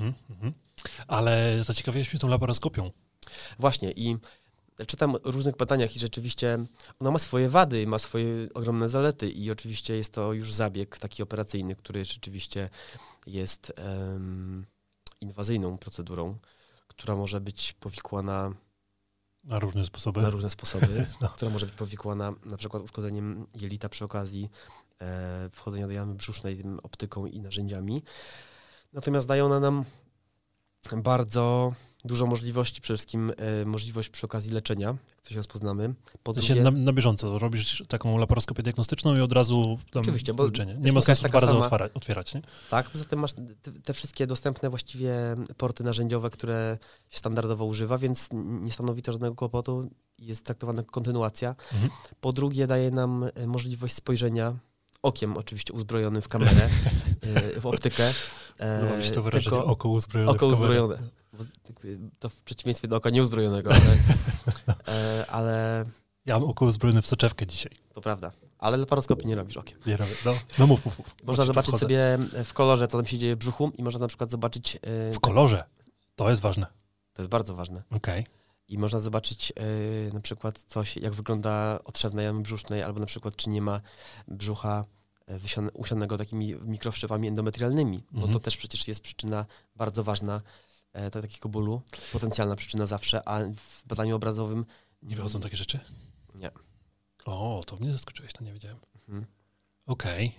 Ale zaciekawiłeś mnie tą laparoskopią. Właśnie i czytam o różnych badaniach i rzeczywiście ona ma swoje wady, ma swoje ogromne zalety i oczywiście jest to już zabieg taki operacyjny, który rzeczywiście jest inwazyjną procedurą, która może być powikłana na różne sposoby, która może być powikłana na przykład uszkodzeniem jelita przy okazji wchodzenia do jamy brzusznej tym optyką i narzędziami. Natomiast dają one nam bardzo dużo możliwości, przede wszystkim możliwość przy okazji leczenia, jak to się rozpoznamy. Po drugie, na bieżąco robisz taką laparoskopię diagnostyczną i od razu tam oczywiście, bo leczenie. Nie ma sensu dwa razy otwierać, nie? Tak, poza tym masz te wszystkie dostępne właściwie porty narzędziowe, które się standardowo używa, więc nie stanowi to żadnego kłopotu, jest traktowana jako kontynuacja. Po drugie daje nam możliwość spojrzenia okiem oczywiście uzbrojonym w kamerę, w optykę. Lubisz to wyrażenie, oko uzbrojone Oko uzbrojone. To w przeciwieństwie do oka nieuzbrojonego, ale... Ja mam oko uzbrojone w soczewkę dzisiaj. To prawda, ale laparoskopii nie robisz okiem. Nie robię, no mów. Można zobaczyć sobie w kolorze, co tam się dzieje w brzuchu i można na przykład zobaczyć... W kolorze? To jest ważne. To jest bardzo ważne. Okej. I można zobaczyć na przykład coś, jak wygląda otrzewna jamy brzusznej, albo na przykład czy nie ma brzucha usianego takimi mikrowszczepami endometrialnymi, bo to też przecież jest przyczyna bardzo ważna takiego bólu, potencjalna przyczyna zawsze, a w badaniu obrazowym... Nie wychodzą takie rzeczy? Nie. O, to mnie zaskoczyłeś, to nie wiedziałem. Okej.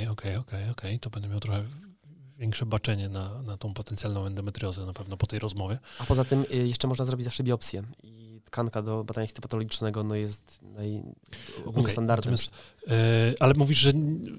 To będę miał trochę większe baczenie na tą potencjalną endometriozę na pewno po tej rozmowie. A poza tym jeszcze można zrobić zawsze biopsję i tkanka do badania histopatologicznego no jest ogólnie standardem. Ale mówisz, że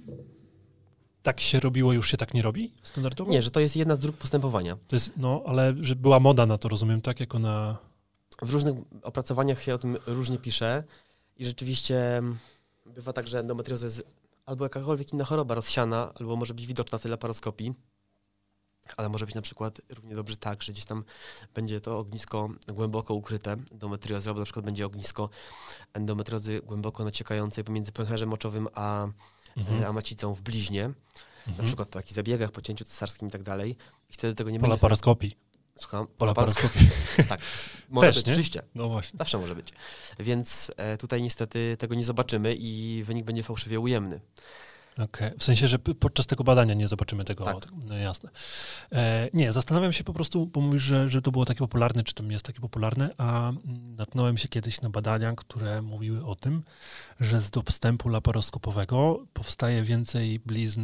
tak się robiło, już się tak nie robi standardowo? Nie, że to jest jedna z dróg postępowania. To jest, ale że była moda na to, rozumiem, tak? Jako na... W różnych opracowaniach się o tym różnie pisze i rzeczywiście bywa tak, że endometrioza jest albo jakakolwiek inna choroba rozsiana, albo może być widoczna w tej laparoskopii, ale może być na przykład równie dobrze tak, że gdzieś tam będzie to ognisko głęboko ukryte endometriozy, albo na przykład będzie ognisko endometriozy głęboko naciekającej pomiędzy pęcherzem moczowym a macicą w bliźnie, na przykład po jakichś zabiegach, po cięciu cesarskim i tak dalej. I wtedy tego nie będzie. Po laparoskopii. Słucham? Po laparoskopii. Tak, może też, być, nie? oczywiście. No właśnie. Zawsze może być. Więc tutaj niestety tego nie zobaczymy i wynik będzie fałszywie ujemny. Okej. W sensie, że podczas tego badania nie zobaczymy tego. Tak. No jasne. Nie, zastanawiam się po prostu, bo mówisz, że to było takie popularne, czy to jest takie popularne, a natknąłem się kiedyś na badania, które mówiły o tym, że z dostępu laparoskopowego powstaje więcej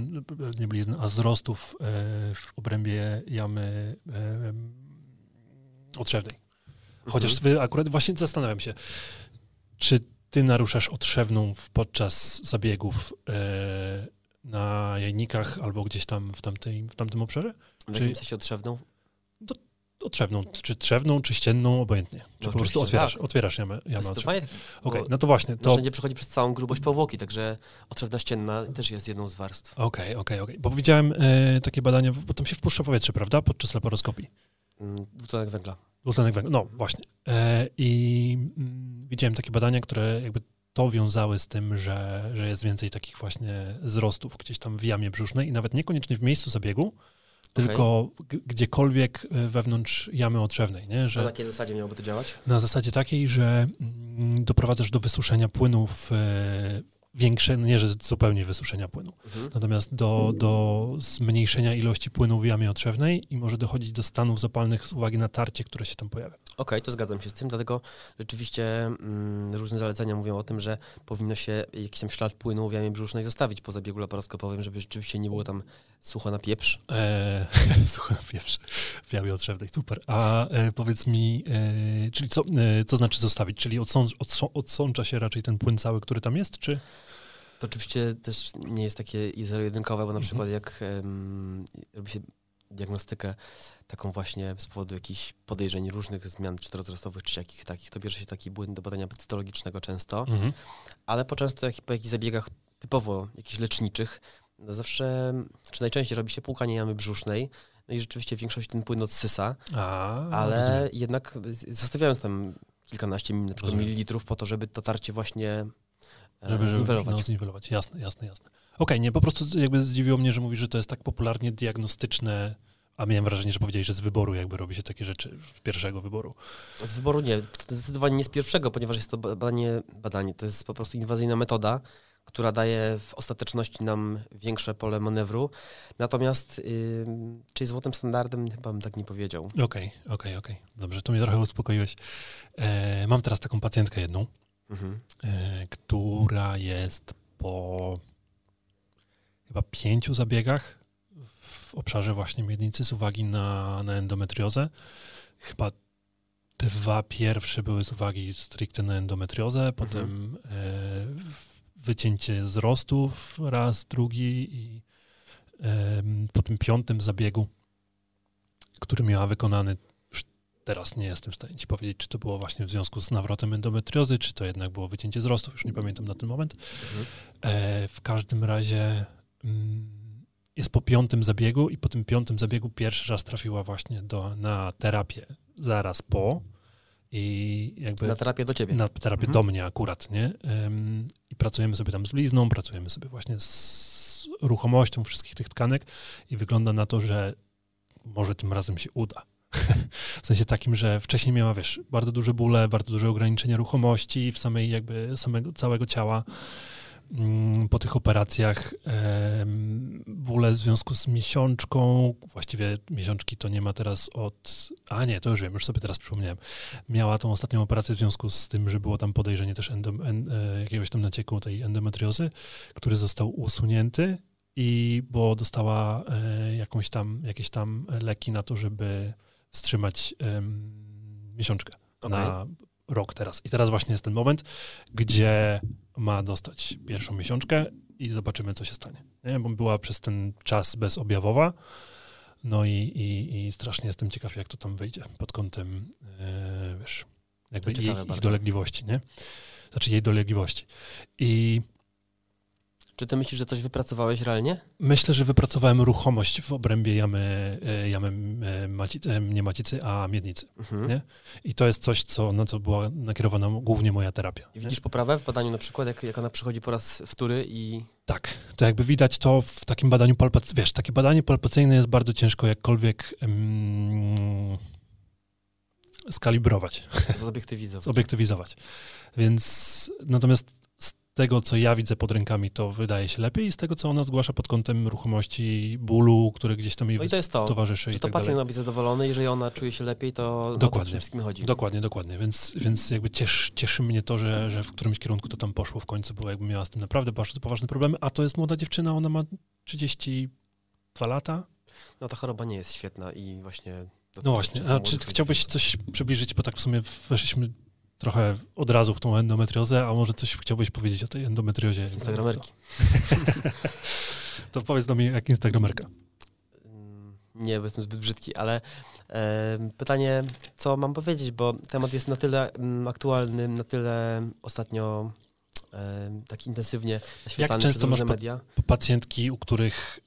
a wzrostów w obrębie jamy otrzewnej. Chociaż akurat właśnie zastanawiam się, czy ty naruszasz otrzewną podczas zabiegów na jajnikach albo gdzieś tam w tamtym obszarze? W jakim sensie otrzewną? Otrzewną, czy trzewną, czy ścienną, obojętnie. Czy No po prostu otwierasz jamę otrzewną. Okej, no to właśnie. To narzędzie przechodzi przez całą grubość powłoki, także otrzewna ścienna też jest jedną z warstw. Okej. Bo widziałem takie badania, bo tam się wpuszcza powietrze, prawda, podczas laparoskopii. Dwutlenek węgla. Dwutlenek węgla, no właśnie. I widziałem takie badania, które jakby to wiązały z tym, że jest więcej takich właśnie wzrostów gdzieś tam w jamie brzusznej i nawet niekoniecznie w miejscu zabiegu, tylko gdziekolwiek wewnątrz jamy otrzewnej. Nie? Że na jakiej zasadzie miałoby to działać? Na zasadzie takiej, że doprowadzasz do wysuszenia płynów większe, nie że zupełnie wysuszenia płynu, natomiast do zmniejszenia ilości płynu w jamie otrzewnej i może dochodzić do stanów zapalnych z uwagi na tarcie, które się tam pojawia. Okej, to zgadzam się z tym, dlatego rzeczywiście różne zalecenia mówią o tym, że powinno się jakiś tam ślad płynu w jamie brzusznej zostawić po zabiegu laparoskopowym, żeby rzeczywiście nie było tam sucho na pieprz. Sucho na pieprz w jamie otrzewnej, super. A powiedz mi, czyli co znaczy zostawić? Czyli odsącza się raczej ten płyn cały, który tam jest, czy... To oczywiście też nie jest takie zero-jedynkowe, bo na przykład jak robi się diagnostykę taką właśnie z powodu jakichś podejrzeń różnych zmian, czy to rozrostowych, czy jakich takich, to bierze się taki płyn do badania cytologicznego często, ale po jakichś zabiegach typowo jakichś leczniczych, no zawsze, czy najczęściej robi się płukanie jamy brzusznej, no i rzeczywiście większość ten płyn odsysa, ale jednak zostawiając tam kilkanaście na przykład mililitrów po to, żeby to tarcie właśnie zniwelować. Zniwelować. Jasne. Okej, nie, po prostu jakby zdziwiło mnie, że mówisz, że to jest tak popularnie diagnostyczne, a miałem wrażenie, że powiedziałeś, że z wyboru jakby robi się takie rzeczy, z pierwszego wyboru. Z wyboru nie, to zdecydowanie nie z pierwszego, ponieważ jest to badanie, to jest po prostu inwazyjna metoda, która daje w ostateczności nam większe pole manewru. Natomiast czy złotym standardem, chyba bym tak nie powiedział. Okej. Dobrze, to mnie trochę uspokoiłeś. Mam teraz taką pacjentkę jedną, która jest po chyba 5 zabiegach w obszarze właśnie miednicy z uwagi na endometriozę. Chyba 2 pierwsze były z uwagi stricte na endometriozę, potem wycięcie wzrostów raz, drugi i po tym 5. zabiegu, który miała wykonany, już teraz nie jestem w stanie ci powiedzieć, czy to było właśnie w związku z nawrotem endometriozy, czy to jednak było wycięcie wzrostów, już nie pamiętam na ten moment. W każdym razie jest po 5. zabiegu i po tym 5. zabiegu pierwszy raz trafiła właśnie na terapię zaraz po i jakby... Na terapię do ciebie. Na terapię do mnie akurat, nie? I pracujemy sobie tam z blizną, pracujemy sobie właśnie z ruchomością wszystkich tych tkanek i wygląda na to, że może tym razem się uda. W sensie takim, że wcześniej miała, bardzo duże bóle, bardzo duże ograniczenia ruchomości w samej jakby samego całego ciała. po tych operacjach bóle w związku z miesiączką, właściwie miesiączki to nie ma teraz to już wiem, już sobie teraz przypomniałem. Miała tą ostatnią operację w związku z tym, że było tam podejrzenie też jakiegoś tam nacieku tej endometriozy, który został usunięty bo dostała jakieś tam leki na to, żeby wstrzymać miesiączkę na rok teraz. I teraz właśnie jest ten moment, gdzie ma dostać pierwszą miesiączkę i zobaczymy, co się stanie. Nie? Bo była przez ten czas bezobjawowa, no i strasznie jestem ciekaw, jak to tam wyjdzie pod kątem, jakby ich dolegliwości, nie? Znaczy jej dolegliwości. Czy ty myślisz, że coś wypracowałeś realnie? Myślę, że wypracowałem ruchomość w obrębie jamy nie macicy, a miednicy. Nie? I to jest coś, na co była nakierowana głównie moja terapia. I widzisz poprawę w badaniu na przykład, jak ona przychodzi po raz wtóry i... Tak, to jakby widać to w takim badaniu palpacyjnym. Wiesz, takie badanie palpacyjne jest bardzo ciężko jakkolwiek skalibrować. Zobiektywizować. Więc natomiast z tego, co ja widzę pod rękami, to wydaje się lepiej i z tego, co ona zgłasza pod kątem ruchomości, bólu, który gdzieś tam jej towarzyszy. Że to pacjent ma być zadowolony, jeżeli ona czuje się lepiej, to dokładnie, o to wszystkim chodzi. Dokładnie. Więc jakby cieszy mnie to, że w którymś kierunku to tam poszło w końcu, bo jakby miała z tym naprawdę bardzo poważne problemy, a to jest młoda dziewczyna, ona ma 32 lata. No ta choroba nie jest świetna i właśnie... No właśnie, a czy chciałbyś coś przybliżyć, bo tak w sumie weszliśmy trochę od razu w tą endometriozę, a może coś chciałbyś powiedzieć o tej endometriozie? Instagramerki. To powiedz mi, jak instagramerka. Nie, bo jestem zbyt brzydki, ale pytanie, co mam powiedzieć, bo temat jest na tyle aktualny, na tyle ostatnio tak intensywnie naświetlany przez różne media. Jak często masz pacjentki, u których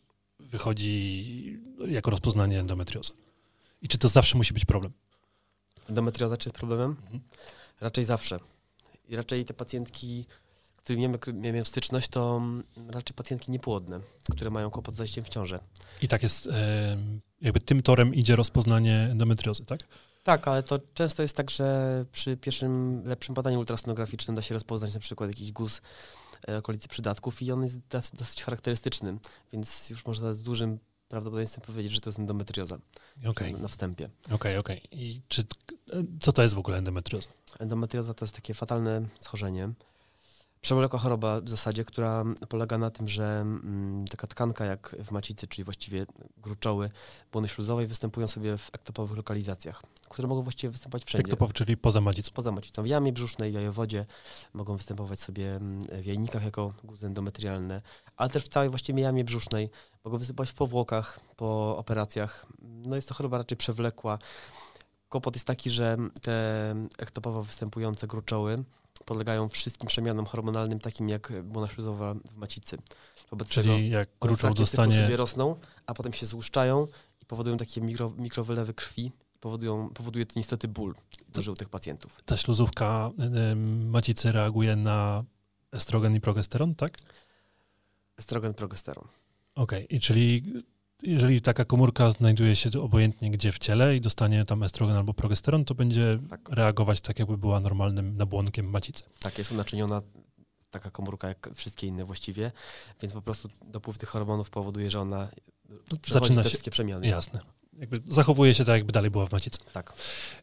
wychodzi jako rozpoznanie endometriozy? I czy to zawsze musi być problem? Endometrioza czy jest problemem? Raczej zawsze. I raczej te pacjentki, którymi miałem styczność, to raczej pacjentki niepłodne, które mają kłopot z zajściem w ciążę. I tak jest, jakby tym torem idzie rozpoznanie endometriozy, tak? Tak, ale to często jest tak, że przy pierwszym, lepszym badaniu ultrasonograficznym da się rozpoznać na przykład jakiś guz okolicy przydatków i on jest dosyć charakterystyczny, więc już można z dużym prawdopodobieństwem powiedzieć, że to jest endometrioza na wstępie. Okej. I co to jest w ogóle endometrioza? Endometrioza to jest takie fatalne schorzenie. Przewlekła choroba w zasadzie, która polega na tym, że taka tkanka jak w macicy, czyli właściwie gruczoły błony śluzowej występują sobie w ektopowych lokalizacjach, które mogą właściwie występować wszędzie. Ektopowy, czyli poza macicą. Poza macicą. W jamie brzusznej, w jajowodzie mogą występować sobie w jajnikach jako guzy endometrialne, ale też w całej właściwie jamie brzusznej. Mogą występować w powłokach, po operacjach. No jest to choroba raczej przewlekła. Kłopot jest taki, że te ektopowo występujące gruczoły podlegają wszystkim przemianom hormonalnym, takim jak błona śluzowa w macicy. Czyli jak gruczoł dostanie... sobie rosną, a potem się złuszczają i powodują takie mikrowylewy krwi. Powoduje to niestety ból u tych pacjentów. Ta śluzówka macicy reaguje na estrogen i progesteron, tak? Estrogen, progesteron. Okej, i czyli jeżeli taka komórka znajduje się obojętnie gdzie w ciele i dostanie tam estrogen albo progesteron, to będzie reagować tak, jakby była normalnym nabłonkiem macicy. Tak, jest unaczyniona taka komórka jak wszystkie inne właściwie, więc po prostu dopływ tych hormonów powoduje, że ona przechodzi te wszystkie przemiany. Jasne. Jakby zachowuje się tak, jakby dalej była w macicy. Tak.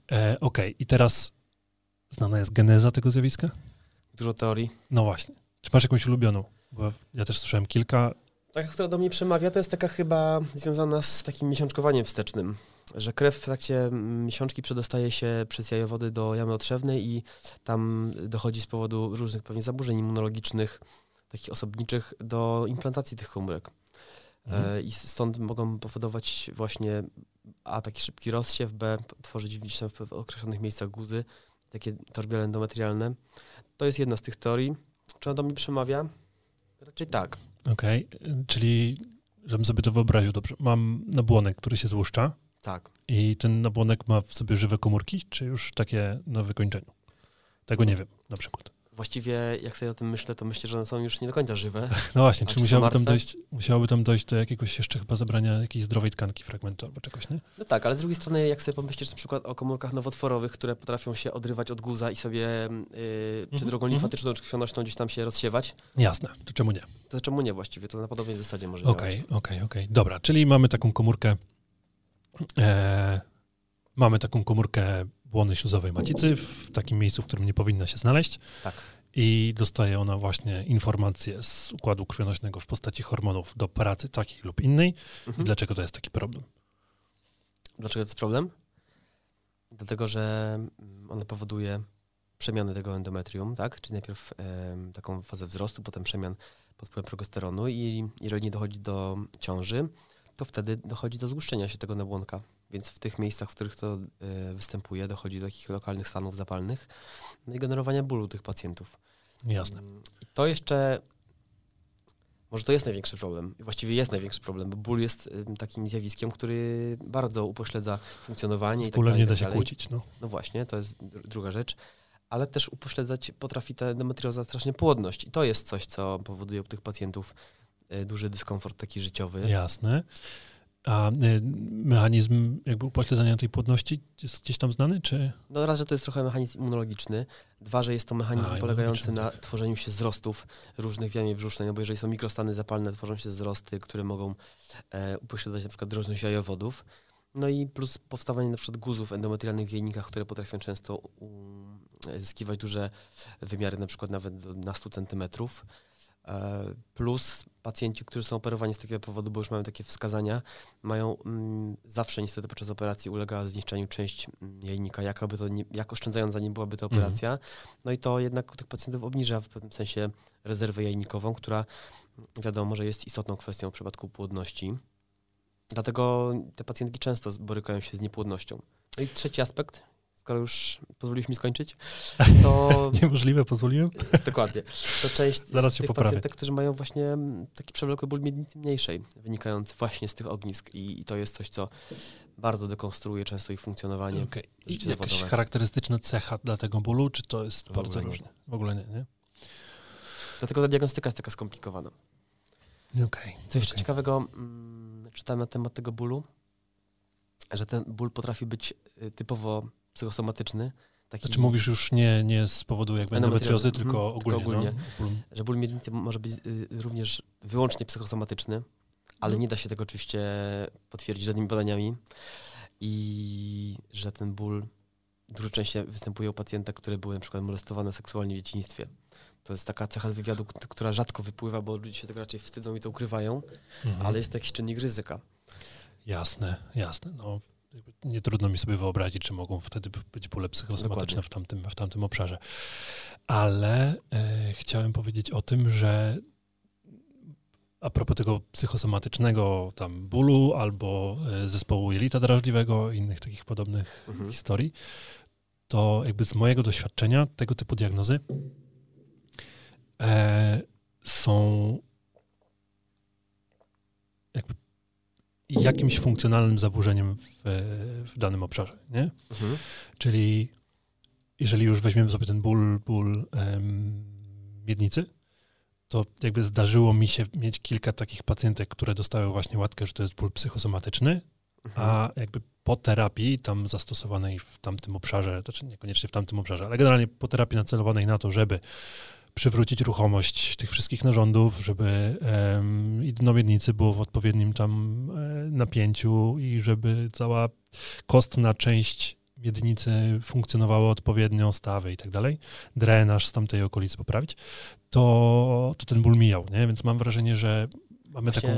Okej, i teraz znana jest geneza tego zjawiska? Dużo teorii. No właśnie. Czy masz jakąś ulubioną? Bo ja też słyszałem kilka. Taka, która do mnie przemawia, to jest taka chyba związana z takim miesiączkowaniem wstecznym, że krew w trakcie miesiączki przedostaje się przez jajowody do jamy otrzewnej i tam dochodzi z powodu różnych pewnie zaburzeń immunologicznych, takich osobniczych, do implantacji tych komórek. I stąd mogą powodować właśnie taki szybki rozsiew, tworzyć w określonych miejscach guzy, takie torbiele endometrialne. To jest jedna z tych teorii. Czy ona do mnie przemawia? Raczej tak. Okej, czyli żebym sobie to wyobraził dobrze, mam nabłonek, który się złuszcza. Tak. I ten nabłonek ma w sobie żywe komórki, czy już takie na wykończeniu? Tego nie wiem, na przykład. Właściwie, jak sobie o tym myślę, to myślę, że one są już nie do końca żywe. No właśnie, czy musiałoby tam dojść do jakiegoś jeszcze chyba zabrania jakiejś zdrowej tkanki fragmentu albo czegoś, nie? No tak, ale z drugiej strony, jak sobie pomyślisz na przykład o komórkach nowotworowych, które potrafią się odrywać od guza i sobie czy drogą limfatyczną, czy krwionośną gdzieś tam się rozsiewać. Jasne, to czemu nie? To czemu nie właściwie? To na podobnej zasadzie może działać. Okej. Dobra, czyli mamy taką komórkę błony śluzowej macicy w takim miejscu, w którym nie powinna się znaleźć. Tak. I dostaje ona właśnie informacje z układu krwionośnego w postaci hormonów do pracy takiej lub innej. I dlaczego to jest taki problem? Dlaczego to jest problem? Dlatego, że ona powoduje przemiany tego endometrium, tak? Czyli najpierw taką fazę wzrostu, potem przemian pod wpływem progesteronu i jeżeli nie dochodzi do ciąży, to wtedy dochodzi do złuszczenia się tego nabłonka. Więc w tych miejscach, w których to występuje, dochodzi do takich lokalnych stanów zapalnych, no i generowania bólu tych pacjentów. Jasne. I to jeszcze, może to jest największy problem. Właściwie jest największy problem, bo ból jest takim zjawiskiem, który bardzo upośledza funkcjonowanie. Z bólem nie da się kłócić. No właśnie, to jest druga rzecz. Ale też upośledzać potrafi ta endometrioza strasznie płodność. I to jest coś, co powoduje u tych pacjentów duży dyskomfort taki życiowy. Jasne. A mechanizm jakby upośledzania tej płodności jest gdzieś tam znany, czy? No raz, że to jest trochę mechanizm immunologiczny. Dwa, że jest to mechanizm polegający na tworzeniu się wzrostów różnych w jamie brzusznej, no bo jeżeli są mikrostany zapalne, tworzą się wzrosty, które mogą upośledzać na przykład drożność jajowodów. No i plus powstawanie na przykład guzów endometrialnych w jajnikach, które potrafią często zyskiwać duże wymiary, na przykład nawet do 100 centymetrów. Plus pacjenci, którzy są operowani z takiego powodu, bo już mają takie wskazania, mają zawsze niestety podczas operacji ulega zniszczeniu część jajnika, jak oszczędzająca nie byłaby to operacja. No i to jednak u tych pacjentów obniża w pewnym sensie rezerwę jajnikową, która wiadomo, że jest istotną kwestią w przypadku płodności. Dlatego te pacjentki często borykają się z niepłodnością. No i trzeci aspekt, skoro już pozwoliłeś mi skończyć, to... Niemożliwe, pozwoliłem? Dokładnie. To część Zaraz z tych pacjentek, którzy mają właśnie taki przewlekły ból miednicy mniejszej, wynikający właśnie z tych ognisk i to jest coś, co bardzo dekonstruuje często ich funkcjonowanie. Okay. I jakaś charakterystyczna cecha dla tego bólu, czy to jest bardzo różnie? W ogóle nie? Dlatego ta diagnostyka jest taka skomplikowana. Okay. Co jeszcze ciekawego, czytałem na temat tego bólu, że ten ból potrafi być typowo psychosomatyczny. Znaczy mówisz już nie z powodu jakby endometriozy, tylko ogólnie. No? Że ból miednicy może być również wyłącznie psychosomatyczny, ale nie da się tego oczywiście potwierdzić żadnymi badaniami i że ten ból dużo częściej występuje u pacjentek, które były na przykład molestowane seksualnie w dzieciństwie. To jest taka cecha z wywiadu, która rzadko wypływa, bo ludzie się tego raczej wstydzą i to ukrywają, ale jest to jakiś czynnik ryzyka. Jasne. No, nie trudno mi sobie wyobrazić, czy mogą wtedy być bóle psychosomatyczne w tamtym obszarze. Ale chciałem powiedzieć o tym, że a propos tego psychosomatycznego tam bólu albo zespołu jelita drażliwego i innych takich podobnych historii, to jakby z mojego doświadczenia tego typu diagnozy są jakby jakimś funkcjonalnym zaburzeniem w danym obszarze, nie? Czyli jeżeli już weźmiemy sobie ten ból miednicy, to jakby zdarzyło mi się mieć kilka takich pacjentek, które dostały właśnie łatkę, że to jest ból psychosomatyczny, a jakby po terapii tam zastosowanej w tamtym obszarze, znaczy niekoniecznie w tamtym obszarze, ale generalnie po terapii nacelowanej na to, żeby przywrócić ruchomość tych wszystkich narządów, żeby i dno miednicy było w odpowiednim tam napięciu i żeby cała kostna część miednicy funkcjonowała odpowiednio, stawy i tak dalej, drenaż z tamtej okolicy poprawić, to ten ból mijał, nie? Więc mam wrażenie, że mamy taką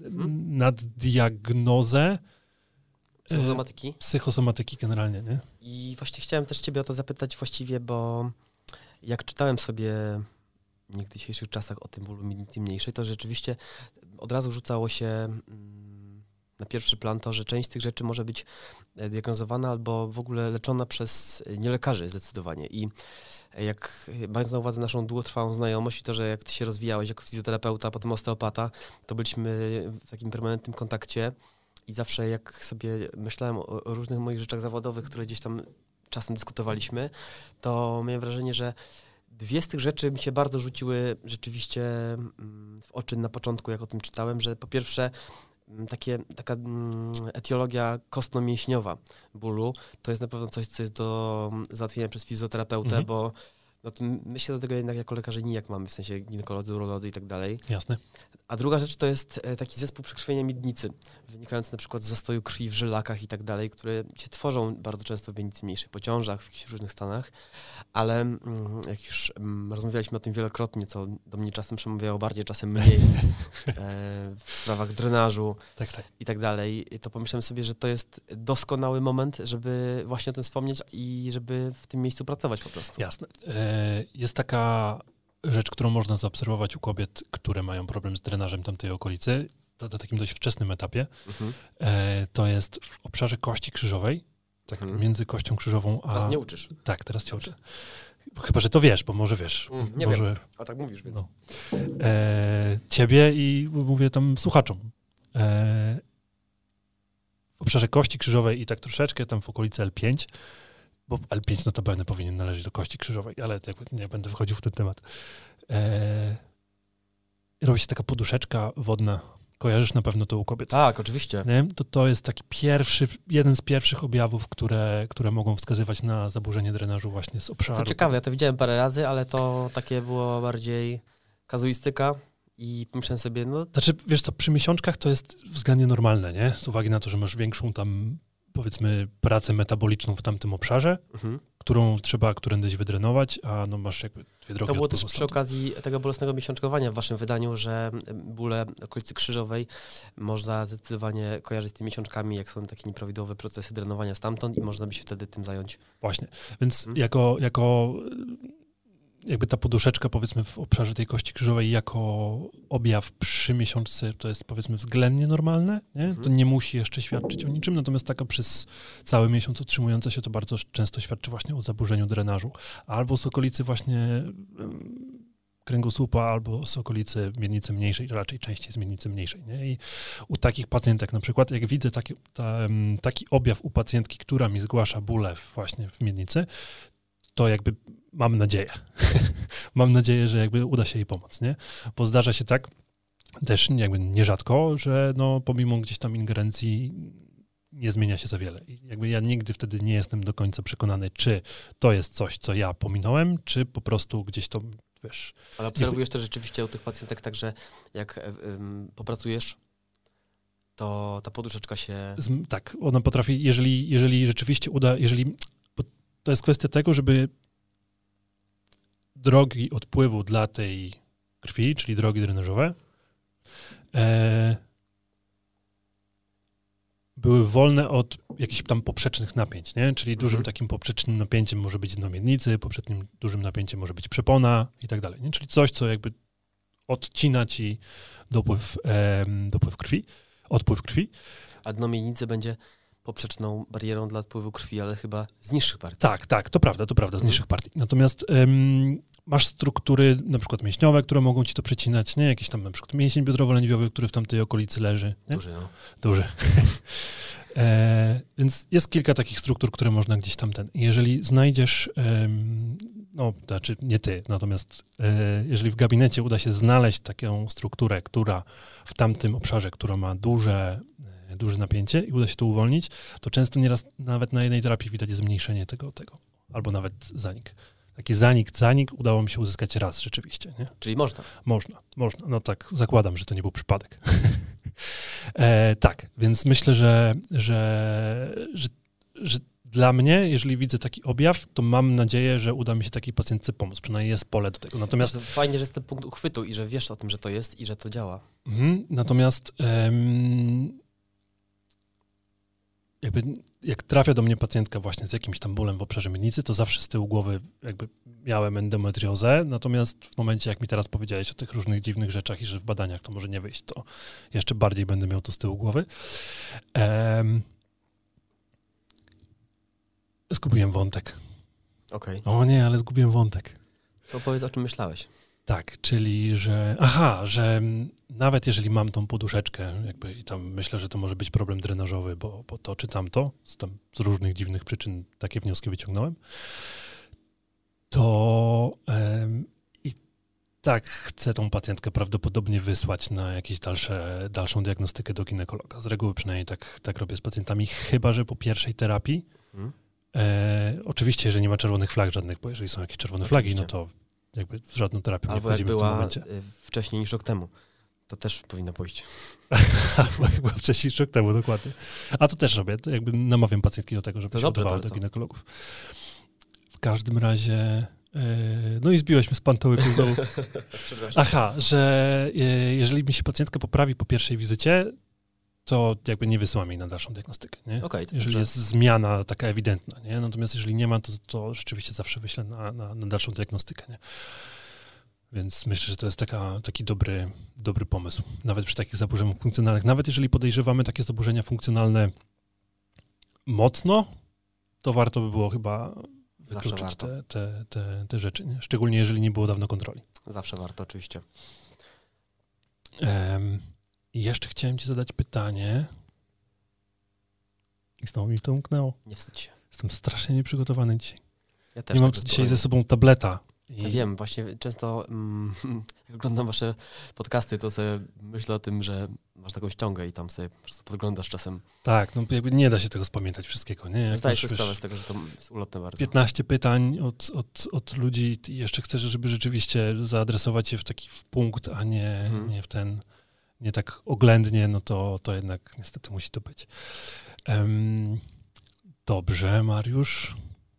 naddiagnozę psychosomatyki generalnie, nie? I właśnie chciałem też ciebie o to zapytać właściwie, bo jak czytałem sobie w dzisiejszych czasach o tym bólu miednicy mniejszej, to rzeczywiście od razu rzucało się na pierwszy plan to, że część z tych rzeczy może być diagnozowana albo w ogóle leczona przez nielekarzy zdecydowanie. I jak mając na uwadze naszą długotrwałą znajomość i to, że jak ty się rozwijałeś jako fizjoterapeuta, potem osteopata, to byliśmy w takim permanentnym kontakcie i zawsze jak sobie myślałem o różnych moich rzeczach zawodowych, które gdzieś tam czasem dyskutowaliśmy, to miałem wrażenie, że Dwie z tych rzeczy mi się bardzo rzuciły rzeczywiście w oczy na początku, jak o tym czytałem, że po pierwsze taka etiologia kostno-mięśniowa bólu to jest na pewno coś, co jest do załatwienia przez fizjoterapeutę, bo my się do tego jednak jako lekarze nijak mamy, w sensie ginekolodzy, urolodzy i tak dalej. Jasne. A druga rzecz to jest taki zespół przekrwienia miednicy, wynikający na przykład z zastoju krwi w żylakach i tak dalej, które się tworzą bardzo często w miednicy mniejszej, po ciążach, w jakichś różnych stanach, ale jak już rozmawialiśmy o tym wielokrotnie, co do mnie czasem przemawiało bardziej, czasem mniej, w sprawach drenażu i tak dalej, to pomyślałem sobie, że to jest doskonały moment, żeby właśnie o tym wspomnieć i żeby w tym miejscu pracować po prostu. Jasne. Jest taka rzecz, którą można zaobserwować u kobiet, które mają problem z drenażem tamtej okolicy, na takim dość wczesnym etapie. To jest w obszarze kości krzyżowej, tak między kością krzyżową a... Teraz nie uczysz. Tak, teraz cię uczę. Chyba, że to wiesz, bo może wiesz. Nie może... wiem, a tak mówisz, więc... No. Ciebie i mówię tam słuchaczom. W obszarze kości krzyżowej i tak troszeczkę tam w okolicy L5, bo L5 notabene powinien należeć do kości krzyżowej, ale nie będę wchodził w ten temat. Robi się taka poduszeczka wodna. Kojarzysz na pewno to u kobiet. Tak, oczywiście. Nie? To jest taki jeden z pierwszych objawów, które mogą wskazywać na zaburzenie drenażu właśnie z obszaru. Co ciekawe, ja to widziałem parę razy, ale to takie było bardziej kazuistyka i pomyślałem sobie, Znaczy, wiesz co, przy miesiączkach to jest względnie normalne, nie? Z uwagi na to, że masz większą tam, powiedzmy, pracę metaboliczną w tamtym obszarze, którą trzeba którędyś wydrenować, a masz jakby dwie drogi. To było też przy okazji tego bolesnego miesiączkowania w waszym wydaniu, że bóle okolicy krzyżowej można zdecydowanie kojarzyć z tymi miesiączkami, jak są takie nieprawidłowe procesy drenowania stamtąd i można by się wtedy tym zająć. Właśnie, więc jako jakby ta poduszeczka, powiedzmy, w obszarze tej kości krzyżowej jako objaw przy miesiączce to jest, powiedzmy, względnie normalne, nie? To nie musi jeszcze świadczyć o niczym, natomiast taka przez cały miesiąc utrzymująca się to bardzo często świadczy właśnie o zaburzeniu drenażu. Albo z okolicy właśnie kręgosłupa, albo z okolicy miednicy mniejszej, raczej częściej z miednicy mniejszej, nie? I u takich pacjentek na przykład, jak widzę taki objaw u pacjentki, która mi zgłasza bóle właśnie w miednicy, to jakby mam nadzieję. Mam nadzieję, że jakby uda się jej pomóc, nie? Bo zdarza się tak, też jakby nierzadko, że pomimo gdzieś tam ingerencji nie zmienia się za wiele. I jakby ja nigdy wtedy nie jestem do końca przekonany, czy to jest coś, co ja pominąłem, czy po prostu gdzieś to, wiesz... Ale obserwujesz to rzeczywiście u tych pacjentek tak, że jak popracujesz, to ta poduszeczka się... Tak, ona potrafi, jeżeli rzeczywiście uda, bo to jest kwestia tego, żeby drogi odpływu dla tej krwi, czyli drogi drenażowe, były wolne od jakichś tam poprzecznych napięć, nie? Czyli dużym takim poprzecznym napięciem może być dno miednicy, poprzecznym dużym napięciem może być przepona i tak dalej, nie? Czyli coś, co jakby odcina ci dopływ krwi, odpływ krwi. A dno miednicy będzie poprzeczną barierą dla odpływu krwi, ale chyba z niższych partii. Tak, to prawda, z niższych partii. Natomiast masz struktury na przykład mięśniowe, które mogą ci to przecinać, nie? Jakiś tam na przykład mięsień biodrowo-lędźwiowy, który w tamtej okolicy leży. Nie? Duży. Więc jest kilka takich struktur, które można gdzieś tam jeżeli znajdziesz, znaczy nie ty, natomiast jeżeli w gabinecie uda się znaleźć taką strukturę, która w tamtym obszarze, która ma duże napięcie i uda się to uwolnić, to często nieraz nawet na jednej terapii widać zmniejszenie tego, albo nawet zanik. Taki zanik udało mi się uzyskać raz rzeczywiście. Nie? Czyli można? Można. No tak, zakładam, że to nie był przypadek. Tak, więc myślę, że dla mnie, jeżeli widzę taki objaw, to mam nadzieję, że uda mi się takiej pacjentce pomóc. Przynajmniej jest pole do tego. Natomiast fajnie, że jest ten punkt uchwytu i że wiesz o tym, że to jest i że to działa. Natomiast jakby jak trafia do mnie pacjentka właśnie z jakimś tam bólem w obszarze miednicy, to zawsze z tyłu głowy jakby miałem endometriozę, natomiast w momencie, jak mi teraz powiedziałeś o tych różnych dziwnych rzeczach i że w badaniach to może nie wyjść, to jeszcze bardziej będę miał to z tyłu głowy. Zgubiłem wątek. Okej. O nie, ale zgubiłem wątek. To powiedz, o czym myślałeś. Tak, czyli że nawet jeżeli mam tą poduszeczkę, jakby i tam myślę, że to może być problem drenażowy, bo to czy tamto, z różnych dziwnych przyczyn takie wnioski wyciągnąłem, to i tak chcę tą pacjentkę prawdopodobnie wysłać na jakąś dalszą diagnostykę do ginekologa. Z reguły przynajmniej tak robię z pacjentami, chyba że po pierwszej terapii. Oczywiście, jeżeli nie ma czerwonych flag żadnych, bo jeżeli są jakieś czerwone flagi, no to jakby w żadną terapię nie wchodzimy w tym momencie. Wcześniej niż rok temu, to też powinna pójść. Była wcześniej niż rok temu, dokładnie. A to też robię, jakby namawiam pacjentki do tego, żeby się odbywały do ginekologów. W każdym razie, no i zbiłeś mnie z pantołyku znowu. Aha, że jeżeli mi się pacjentka poprawi po pierwszej wizycie, to jakby nie wysyłam jej na dalszą diagnostykę, nie? Okay, jeżeli jest zmiana taka ewidentna, nie? Natomiast jeżeli nie ma, to rzeczywiście zawsze wyślę na dalszą diagnostykę, nie? Więc myślę, że to jest taki dobry pomysł. Nawet przy takich zaburzeniach funkcjonalnych. Nawet jeżeli podejrzewamy takie zaburzenia funkcjonalne mocno, to warto by było chyba wykluczyć te rzeczy, nie? Szczególnie jeżeli nie było dawno kontroli. Zawsze warto, oczywiście. I jeszcze chciałem ci zadać pytanie. I znowu mi to umknęło. Nie wstydź się. Jestem strasznie nieprzygotowany dzisiaj. Ja też nie mam dzisiaj ze sobą tableta. Wiem, właśnie często jak oglądam wasze podcasty, to sobie myślę o tym, że masz taką ściągę i tam sobie po prostu podglądasz czasem. Tak, no jakby nie da się tego spamiętać wszystkiego, nie? Zdaję sobie sprawę z tego, że to jest ulotne bardzo. 15 pytań od ludzi i jeszcze chcesz, żeby rzeczywiście zaadresować je w taki punkt, a nie nie tak oględnie, no to jednak niestety musi to być. Dobrze, Mariusz.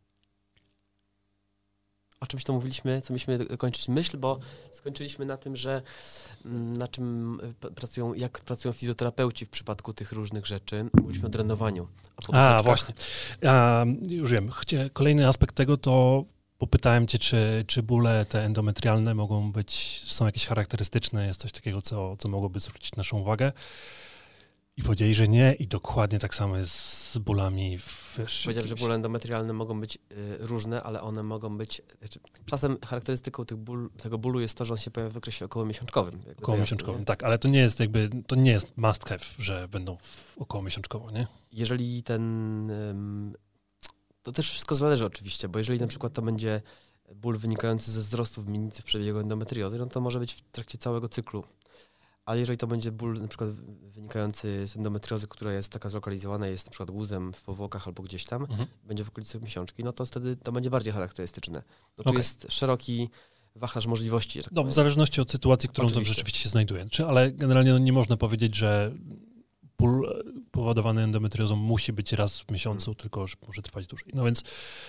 O czymś to mówiliśmy, co mieliśmy kończyć myśl, bo skończyliśmy na tym, że jak pracują fizjoterapeuci w przypadku tych różnych rzeczy. Mówiliśmy o drenowaniu. Właśnie. Już wiem. Kolejny aspekt tego to popytałem cię, czy bóle te endometrialne są jakieś charakterystyczne, jest coś takiego, co mogłoby zwrócić naszą uwagę. I powiedzieli, że nie i dokładnie tak samo jest z bólami. Powiedział, że bóle endometrialne mogą być różne, ale one mogą być... Czasem charakterystyką tego bólu jest to, że on się pojawia w okresie okołomiesiączkowym. Okołomiesiączkowym, tak, ale to nie jest must have, że będą okołomiesiączkowo, nie? Jeżeli to też wszystko zależy oczywiście, bo jeżeli na przykład to będzie ból wynikający ze wzrostu w miednicy w przebiegu endometriozy, no to może być w trakcie całego cyklu. Ale jeżeli to będzie ból na przykład wynikający z endometriozy, która jest taka zlokalizowana, jest na przykład guzem w powłokach albo gdzieś tam, będzie w okolicy miesiączki, no to wtedy to będzie bardziej charakterystyczne. No tu jest szeroki wachlarz możliwości. Tak w zależności od sytuacji, którą tam rzeczywiście się znajduje. Ale generalnie nie można powiedzieć, że ból powodowany endometriozą musi być raz w miesiącu, tylko że może trwać dłużej. No więc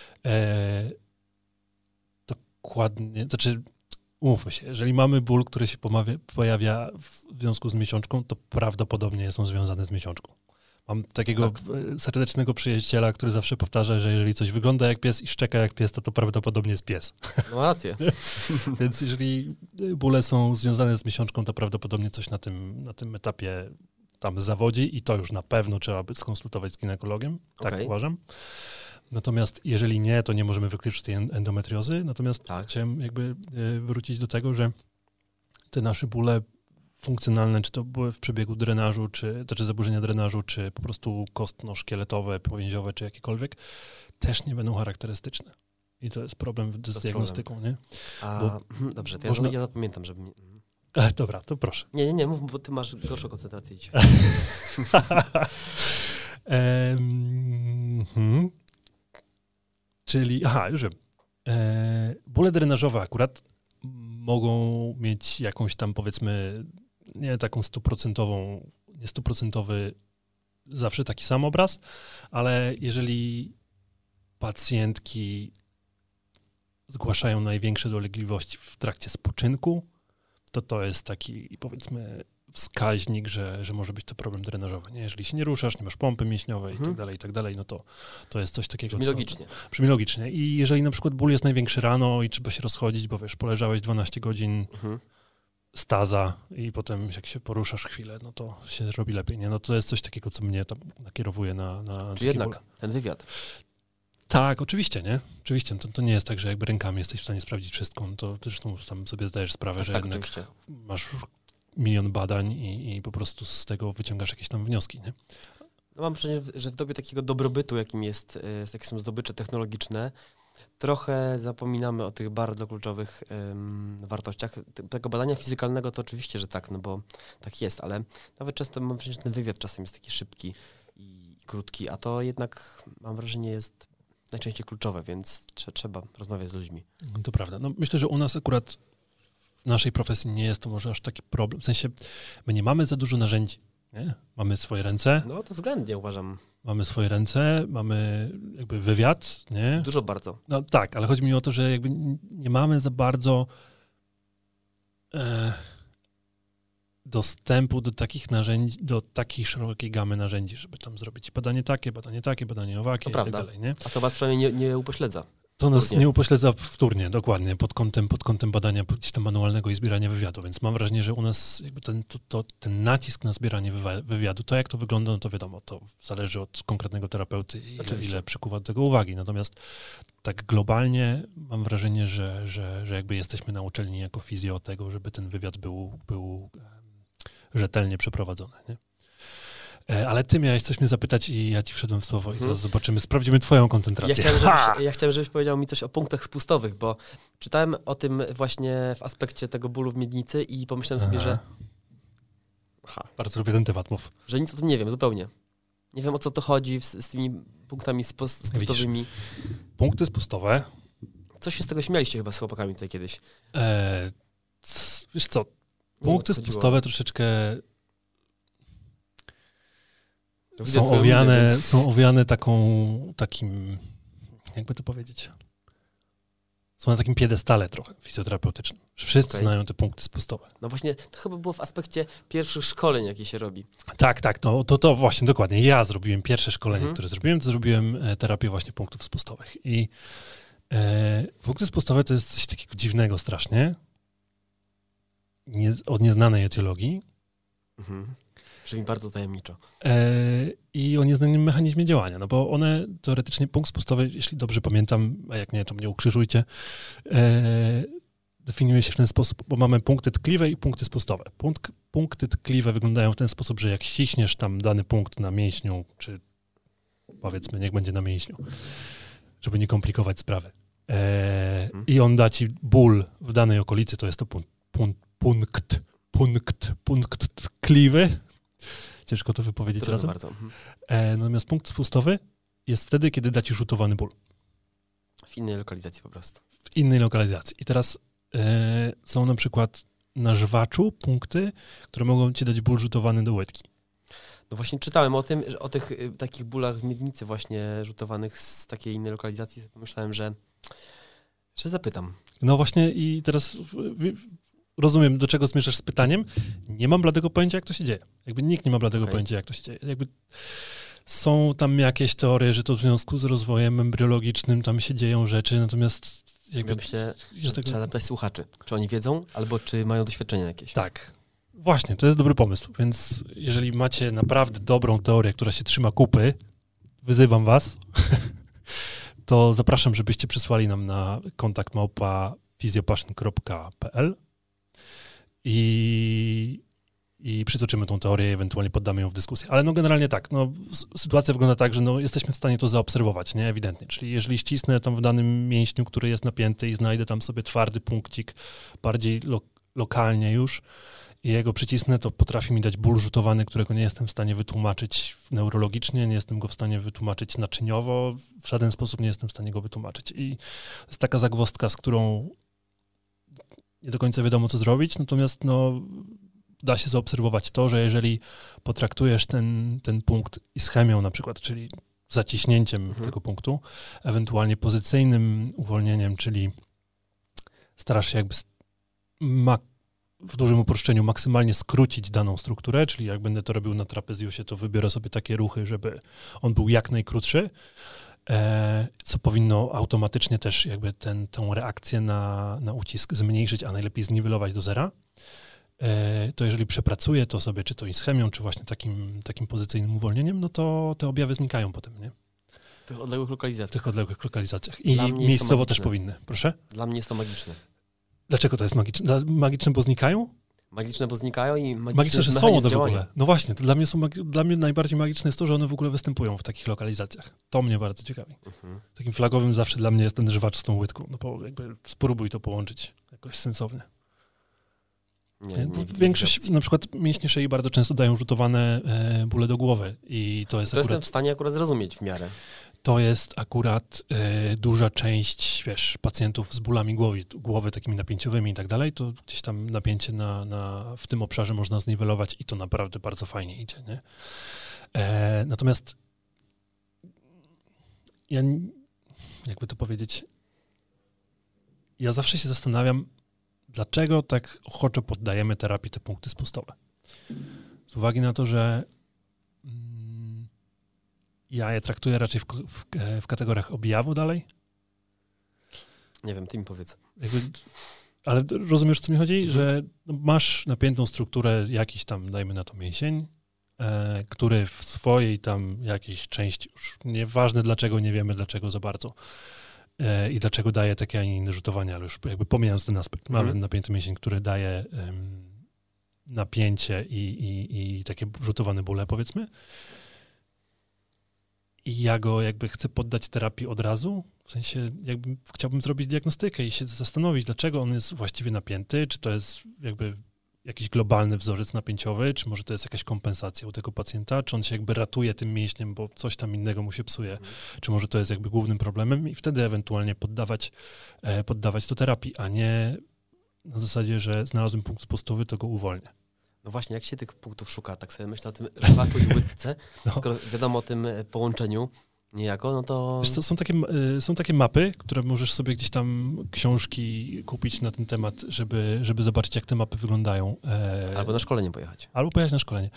dokładnie, umówmy się, jeżeli mamy ból, który się pojawia w związku z miesiączką, to prawdopodobnie jest on związany z miesiączką. Mam takiego serdecznego przyjaciela, który zawsze powtarza, że jeżeli coś wygląda jak pies i szczeka jak pies, to prawdopodobnie jest pies. No ma rację. Więc jeżeli bóle są związane z miesiączką, to prawdopodobnie coś na tym etapie tam zawodzi i to już na pewno trzeba by skonsultować z ginekologiem. Tak uważam. Natomiast jeżeli nie, to nie możemy wykluczyć tej endometriozy. Natomiast chciałem jakby wrócić do tego, że te nasze bóle funkcjonalne, czy to były w przebiegu drenażu, czy zaburzenia drenażu, czy po prostu kostno-szkieletowe, powięziowe, czy jakiekolwiek, też nie będą charakterystyczne. I to jest problem z diagnostyką, nie? Dobrze, to ja zapamiętam, żeby... Dobra, to proszę. Nie, mów, bo ty masz gorszą koncentrację dzisiaj. Czyli, już wiem, bóle drenażowe akurat mogą mieć jakąś tam, powiedzmy, nie taką stuprocentowy zawsze taki sam obraz, ale jeżeli pacjentki zgłaszają największe dolegliwości w trakcie spoczynku, to jest taki, powiedzmy, wskaźnik, że może być to problem drenażowy. Nie? Jeżeli się nie ruszasz, nie masz pompy mięśniowej i tak dalej, no to jest coś takiego. Brzmi logicznie. I jeżeli na przykład ból jest największy rano i trzeba się rozchodzić, bo wiesz, poleżałeś 12 godzin staza i potem jak się poruszasz chwilę, no to się robi lepiej. Nie? No to jest coś takiego, co mnie tam nakierowuje na Czy jednak ten wywiad. Tak, oczywiście, nie? Oczywiście, to nie jest tak, że jakby rękami jesteś w stanie sprawdzić wszystko. No to zresztą sam sobie zdajesz sprawę, że jednak oczywiście. Masz milion badań i po prostu z tego wyciągasz jakieś tam wnioski, nie? No mam wrażenie, że w dobie takiego dobrobytu, jakim są zdobycze technologiczne, trochę zapominamy o tych bardzo kluczowych wartościach. Tego badania fizykalnego to oczywiście, że tak, no bo tak jest, ale nawet często mam wrażenie, że ten wywiad czasem jest taki szybki i krótki, a to jednak mam wrażenie jest najczęściej kluczowe, więc trzeba rozmawiać z ludźmi. To prawda. No, myślę, że u nas akurat w naszej profesji nie jest to może aż taki problem. W sensie my nie mamy za dużo narzędzi. Nie? Mamy swoje ręce. No to względnie uważam. Mamy swoje ręce, mamy jakby wywiad, nie? Dużo bardzo. No tak, ale chodzi mi o to, że jakby nie mamy za bardzo dostępu do takich narzędzi, do takiej szerokiej gamy narzędzi, żeby tam zrobić badanie takie, badanie owakie i tak dalej, nie? A to was przynajmniej nie upośledza. To nas nie upośledza wtórnie, dokładnie, pod kątem badania gdzieś tam manualnego i zbierania wywiadu, więc mam wrażenie, że u nas jakby ten nacisk na zbieranie wywiadu, to jak to wygląda, no to wiadomo, to zależy od konkretnego terapeuty i ile przykuwa do tego uwagi, natomiast tak globalnie mam wrażenie, że jakby jesteśmy nauczeni jako fizjo od tego, żeby ten wywiad był rzetelnie przeprowadzony, nie? Ale ty miałeś coś mnie zapytać i ja ci wszedłem w słowo i teraz sprawdzimy twoją koncentrację. Ja chciałem, żebyś powiedział mi coś o punktach spustowych, bo czytałem o tym właśnie w aspekcie tego bólu w miednicy i pomyślałem sobie, że... Bardzo lubię ten temat, mów. Że nic o tym nie wiem, zupełnie. Nie wiem, o co to chodzi z tymi punktami spustowymi. Punkty spustowe... Coś się z tego śmialiście chyba z chłopakami tutaj kiedyś. Wiesz co, punkty spustowe troszeczkę... Są owiane takim, jakby to powiedzieć, są na takim piedestale trochę fizjoterapeutycznym, że wszyscy znają te punkty spustowe. No właśnie, to chyba było w aspekcie pierwszych szkoleń, jakie się robi. Tak, no to właśnie, dokładnie. Ja zrobiłem pierwsze szkolenie, które zrobiłem terapię właśnie punktów spustowych. I punkty spustowe to jest coś takiego dziwnego strasznie, od nieznanej etiologii. Brzmi bardzo tajemniczo. I o nieznanym mechanizmie działania, no bo one teoretycznie, punkt spustowy, jeśli dobrze pamiętam, a jak nie, to mnie ukrzyżujcie, definiuje się w ten sposób, bo mamy punkty tkliwe i punkty spustowe. Punkty tkliwe wyglądają w ten sposób, że jak ściśniesz tam dany punkt na mięśniu, czy powiedzmy, niech będzie na mięśniu, żeby nie komplikować sprawy, i on da ci ból w danej okolicy, to jest to punkt tkliwy. Ciężko to wypowiedzieć razem. Bardzo. Natomiast punkt spustowy jest wtedy, kiedy da ci rzutowany ból. W innej lokalizacji po prostu. W innej lokalizacji. I teraz są na przykład na żwaczu punkty, które mogą ci dać ból rzutowany do łydki. No właśnie czytałem o tym, o tych takich bólach w miednicy właśnie rzutowanych z takiej innej lokalizacji. Pomyślałem, że zapytam. No właśnie i teraz... Rozumiem, do czego zmierzasz z pytaniem. Nie mam bladego pojęcia, jak to się dzieje. Jakby nikt nie ma bladego pojęcia, jak to się dzieje. Jakby są tam jakieś teorie, że to w związku z rozwojem embriologicznym tam się dzieją rzeczy, natomiast jakby... Myślę, że trzeba zapytać słuchaczy, czy oni wiedzą, albo czy mają doświadczenia jakieś. Tak. Właśnie, to jest dobry pomysł. Więc jeżeli macie naprawdę dobrą teorię, która się trzyma kupy, wyzywam was, to zapraszam, żebyście przysłali nam na kontakt @physiopassion.pl i przytoczymy tą teorię, ewentualnie poddamy ją w dyskusję. Ale no generalnie tak, no sytuacja wygląda tak, że no jesteśmy w stanie to zaobserwować, nie? Ewidentnie. Czyli jeżeli ścisnę tam w danym mięśniu, który jest napięty i znajdę tam sobie twardy punkcik bardziej lokalnie już i jego przycisnę, to potrafi mi dać ból rzutowany, którego nie jestem w stanie wytłumaczyć neurologicznie, nie jestem go w stanie wytłumaczyć naczyniowo, w żaden sposób nie jestem w stanie go wytłumaczyć. I to jest taka zagwozdka, z którą nie do końca wiadomo, co zrobić, natomiast no, da się zaobserwować to, że jeżeli potraktujesz ten punkt ischemią na przykład, czyli zaciśnięciem tego punktu, ewentualnie pozycyjnym uwolnieniem, czyli starasz się jakby w dużym uproszczeniu maksymalnie skrócić daną strukturę, czyli jak będę to robił na trapezjusie, to wybiorę sobie takie ruchy, żeby on był jak najkrótszy, co powinno automatycznie też jakby tą reakcję na ucisk zmniejszyć, a najlepiej zniwelować do zera. To jeżeli przepracuję to sobie, czy to ischemią, czy właśnie takim pozycyjnym uwolnieniem, no to te objawy znikają potem, nie? W tych odległych lokalizacjach. I miejscowo też powinny. Proszę? Dla mnie jest to magiczne. Dlaczego to jest magiczne? Magiczne, bo znikają? Magiczne, bo znikają i magiczne, że są one w ogóle. No właśnie, to dla mnie najbardziej magiczne jest to, że one w ogóle występują w takich lokalizacjach. To mnie bardzo ciekawi. Takim flagowym zawsze dla mnie jest ten żywacz z tą łydką. No bo jakby spróbuj to połączyć jakoś sensownie. Nie większość, na przykład mięśnie szyi bardzo często dają rzutowane bóle do głowy i to jest jestem w stanie akurat zrozumieć w miarę. To jest akurat duża część, pacjentów z bólami głowy takimi napięciowymi i tak dalej, to gdzieś tam napięcie w tym obszarze można zniwelować i to naprawdę bardzo fajnie idzie, nie? Natomiast ja, jakby to powiedzieć, ja zawsze się zastanawiam, dlaczego tak ochoczo poddajemy terapii te punkty spustowe. Z uwagi na to, że ja je traktuję raczej w kategoriach objawu dalej. Nie wiem, ty mi powiedz. Ale rozumiesz, co mi chodzi? Że masz napiętą strukturę jakiś tam, dajmy na to mięsień, który w swojej tam jakiejś części, już nieważne dlaczego, nie wiemy dlaczego za bardzo i dlaczego daje takie, a nie inne rzutowania, ale już jakby pomijając ten aspekt. Mamy napięty mięsień, który daje napięcie i takie rzutowane bóle, powiedzmy. I ja go jakby chcę poddać terapii od razu, w sensie jakby chciałbym zrobić diagnostykę i się zastanowić, dlaczego on jest właściwie napięty, czy to jest jakby jakiś globalny wzorzec napięciowy, czy może to jest jakaś kompensacja u tego pacjenta, czy on się jakby ratuje tym mięśniem, bo coś tam innego mu się psuje, czy może to jest jakby głównym problemem i wtedy ewentualnie poddawać to terapii, a nie na zasadzie, że znalazłem punkt spustowy, to go uwolnię. No właśnie, jak się tych punktów szuka? Tak sobie myślę o tym żywaczu i łydce, skoro wiadomo o tym połączeniu niejako, no to... Wiesz co, są takie mapy, które możesz sobie gdzieś tam książki kupić na ten temat, żeby zobaczyć, jak te mapy wyglądają. Albo na szkolenie pojechać. Albo pojechać na szkolenie.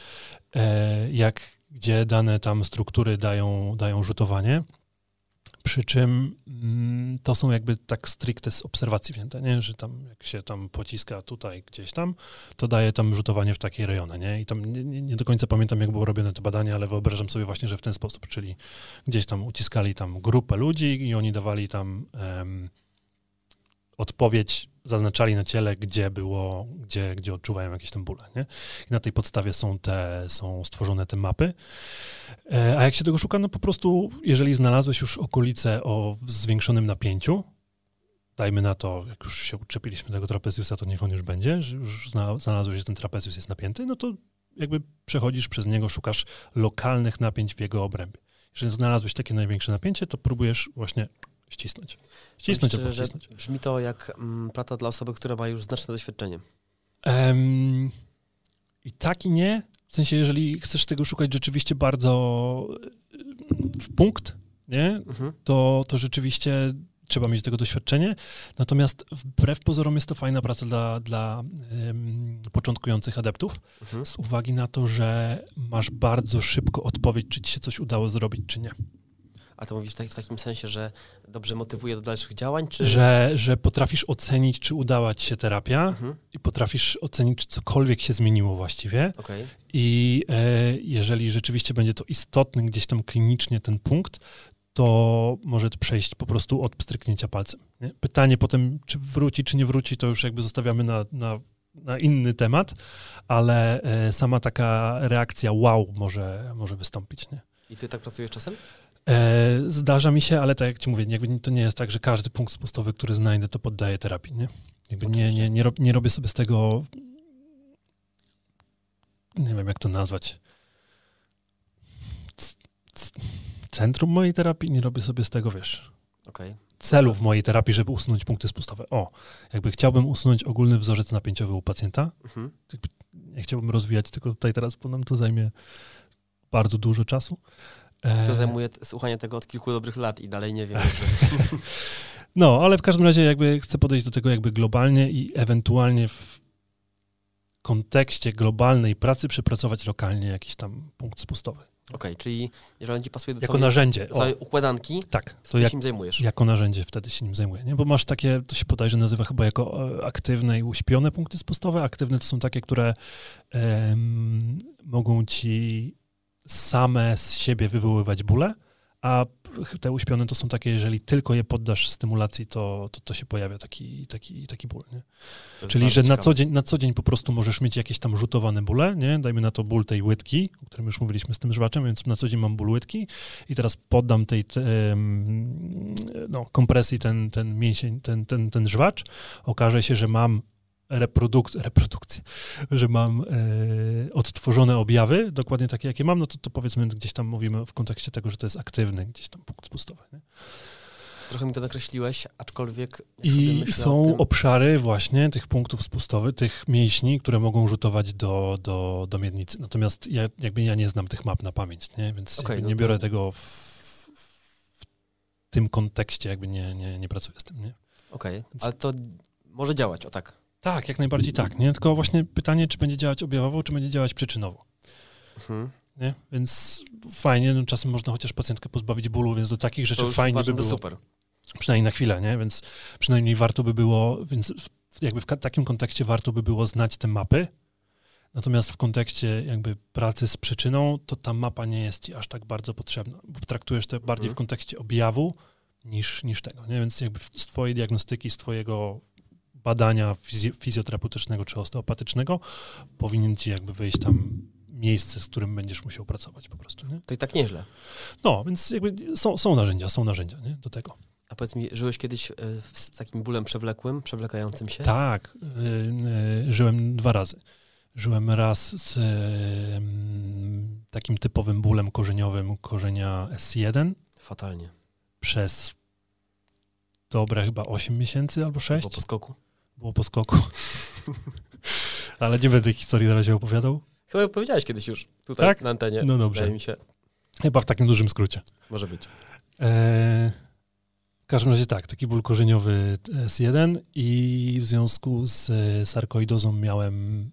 Gdzie dane tam struktury dają rzutowanie. Przy czym to są jakby tak stricte z obserwacji wzięte, nie? Że tam jak się tam pociska tutaj gdzieś tam, to daje tam rzutowanie w takie rejony, nie? I tam nie do końca pamiętam, jak było robione to badanie, ale wyobrażam sobie właśnie, że w ten sposób, czyli gdzieś tam uciskali tam grupę ludzi i oni dawali tam odpowiedź, zaznaczali na ciele, gdzie odczuwają jakieś tam bóle, nie? I na tej podstawie są stworzone te mapy. A jak się tego szuka, no po prostu, jeżeli znalazłeś już okolice o zwiększonym napięciu, dajmy na to, jak już się uczepiliśmy tego trapezjusa, to niech on już będzie, że już znalazłeś, że ten trapezjus jest napięty, no to jakby przechodzisz przez niego, szukasz lokalnych napięć w jego obrębie. Jeżeli znalazłeś takie największe napięcie, to próbujesz właśnie ścisnąć albo wcisnąć. Brzmi to jak praca dla osoby, która ma już znaczne doświadczenie. I tak i nie. W sensie, jeżeli chcesz tego szukać rzeczywiście bardzo w punkt, nie? To rzeczywiście trzeba mieć tego doświadczenie. Natomiast wbrew pozorom jest to fajna praca dla początkujących adeptów, z uwagi na to, że masz bardzo szybko odpowiedź, czy ci się coś udało zrobić, czy nie. A to mówisz w takim sensie, że dobrze motywuje do dalszych działań? Czy... Że potrafisz ocenić, czy udała ci się terapia i potrafisz ocenić, czy cokolwiek się zmieniło właściwie. Okay. I jeżeli rzeczywiście będzie to istotny gdzieś tam klinicznie ten punkt, to może przejść po prostu od pstryknięcia palcem. Nie? Pytanie potem, czy wróci, czy nie wróci, to już jakby zostawiamy na inny temat, ale sama taka reakcja wow może wystąpić. Nie? I ty tak pracujesz czasem? Zdarza mi się, ale tak jak ci mówię, jakby to nie jest tak, że każdy punkt spustowy, który znajdę, to poddaję terapii. Nie? Jakby nie robię sobie z tego, nie wiem jak to nazwać, centrum mojej terapii, nie robię sobie z tego, celu w mojej terapii, żeby usunąć punkty spustowe. Jakby chciałbym usunąć ogólny wzorzec napięciowy u pacjenta. Nie chciałbym rozwijać, tylko tutaj teraz, bo nam to zajmie bardzo dużo czasu. To zajmuje słuchanie tego od kilku dobrych lat i dalej nie wiem. No, ale w każdym razie jakby chcę podejść do tego jakby globalnie i ewentualnie w kontekście globalnej pracy przepracować lokalnie jakiś tam punkt spustowy. Okej, czyli jeżeli ci pasuje do jako narzędzie. całej układanki, tak, to się nim zajmujesz. Jako narzędzie wtedy się nim zajmuję, nie? Bo masz takie, to się bodajże nazywa chyba jako aktywne i uśpione punkty spustowe. Aktywne to są takie, które mogą ci same z siebie wywoływać bóle, A te uśpione to są takie, jeżeli tylko je poddasz stymulacji, to się pojawia taki ból, nie? Czyli, że na co dzień po prostu możesz mieć jakieś tam rzutowane bóle, nie? Dajmy na to ból tej łydki, o którym już mówiliśmy z tym żwaczem, więc na co dzień mam ból łydki i teraz poddam tej kompresji ten mięsień, ten żwacz. Okaże się, że mam reprodukcję, że mam odtworzone objawy, dokładnie takie, jakie mam, no to powiedzmy gdzieś tam mówimy w kontekście tego, że to jest aktywny gdzieś tam punkt spustowy. Nie? Trochę mi to nakreśliłeś, aczkolwiek... I są obszary właśnie tych punktów spustowych, tych mięśni, które mogą rzutować do miednicy. Natomiast ja nie znam tych map na pamięć, nie? Więc nie biorę tego w tym kontekście, jakby nie pracuję z tym. Nie? Okej, ale to może działać, o tak. Tak, jak najbardziej tak, nie? Tylko właśnie pytanie, czy będzie działać objawowo, czy będzie działać przyczynowo. Nie? Więc fajnie, no czasem można chociaż pacjentkę pozbawić bólu, więc do takich rzeczy fajnie by było. Super. Przynajmniej na chwilę, nie? Więc przynajmniej warto by było, więc jakby w takim kontekście warto by było znać te mapy. Natomiast w kontekście jakby pracy z przyczyną, to ta mapa nie jest ci aż tak bardzo potrzebna, bo traktujesz to bardziej w kontekście objawu niż tego, nie? Więc jakby z twojej diagnostyki, z twojego badania fizjoterapeutycznego czy osteopatycznego powinien ci jakby wyjść tam miejsce, z którym będziesz musiał pracować po prostu. Nie? To i tak nieźle. No, więc jakby są narzędzia nie? Do tego. A powiedz mi, żyłeś kiedyś z takim bólem przewlekającym się? Tak, żyłem 2 razy. Żyłem raz z takim typowym bólem korzeniowym korzenia S1. Fatalnie. Przez dobre chyba 8 miesięcy albo 6. Było po skoku. Ale nie będę historii na razie opowiadał. Chyba opowiedziałeś kiedyś już tutaj tak? Na antenie. No dobrze. Wydaje mi się. Chyba w takim dużym skrócie. Może być. W każdym razie tak, taki ból korzeniowy S1 i w związku z sarkoidozą miałem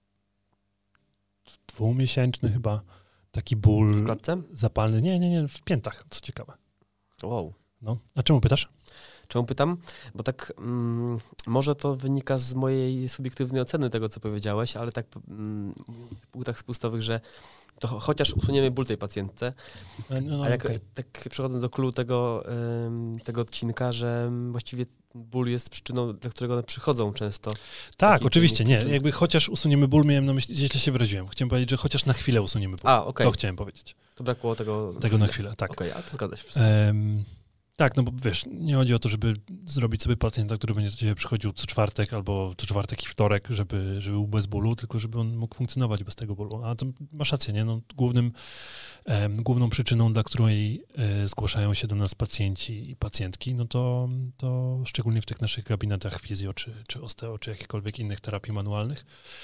2-miesięczny chyba taki ból w klatce? Zapalny. Nie, w piętach, co ciekawe. Wow. No, a czemu pytasz? Czemu pytam? Bo tak może to wynika z mojej subiektywnej oceny tego, co powiedziałeś, ale tak w punktach spustowych, że to chociaż usuniemy ból tej pacjentce, a jak tak przechodząc do clou tego odcinka, że właściwie ból jest przyczyną, dla którego one przychodzą często. Tak, oczywiście, nie. Jakby chociaż usuniemy ból, miałem na myśli, źle się wyraziłem. Chciałem powiedzieć, że chociaż na chwilę usuniemy ból. To chciałem powiedzieć. To brakło tego na chwilę, tak. Okej, a to zgadza się. Tak, no bo wiesz, nie chodzi o to, żeby zrobić sobie pacjenta, który będzie do ciebie przychodził co czwartek albo co czwartek i wtorek, żeby był bez bólu, tylko żeby on mógł funkcjonować bez tego bólu. A to masz rację, nie? No, główną przyczyną, dla której zgłaszają się do nas pacjenci i pacjentki, no to szczególnie w tych naszych gabinetach fizjo, czy osteo, czy jakichkolwiek innych terapii manualnych,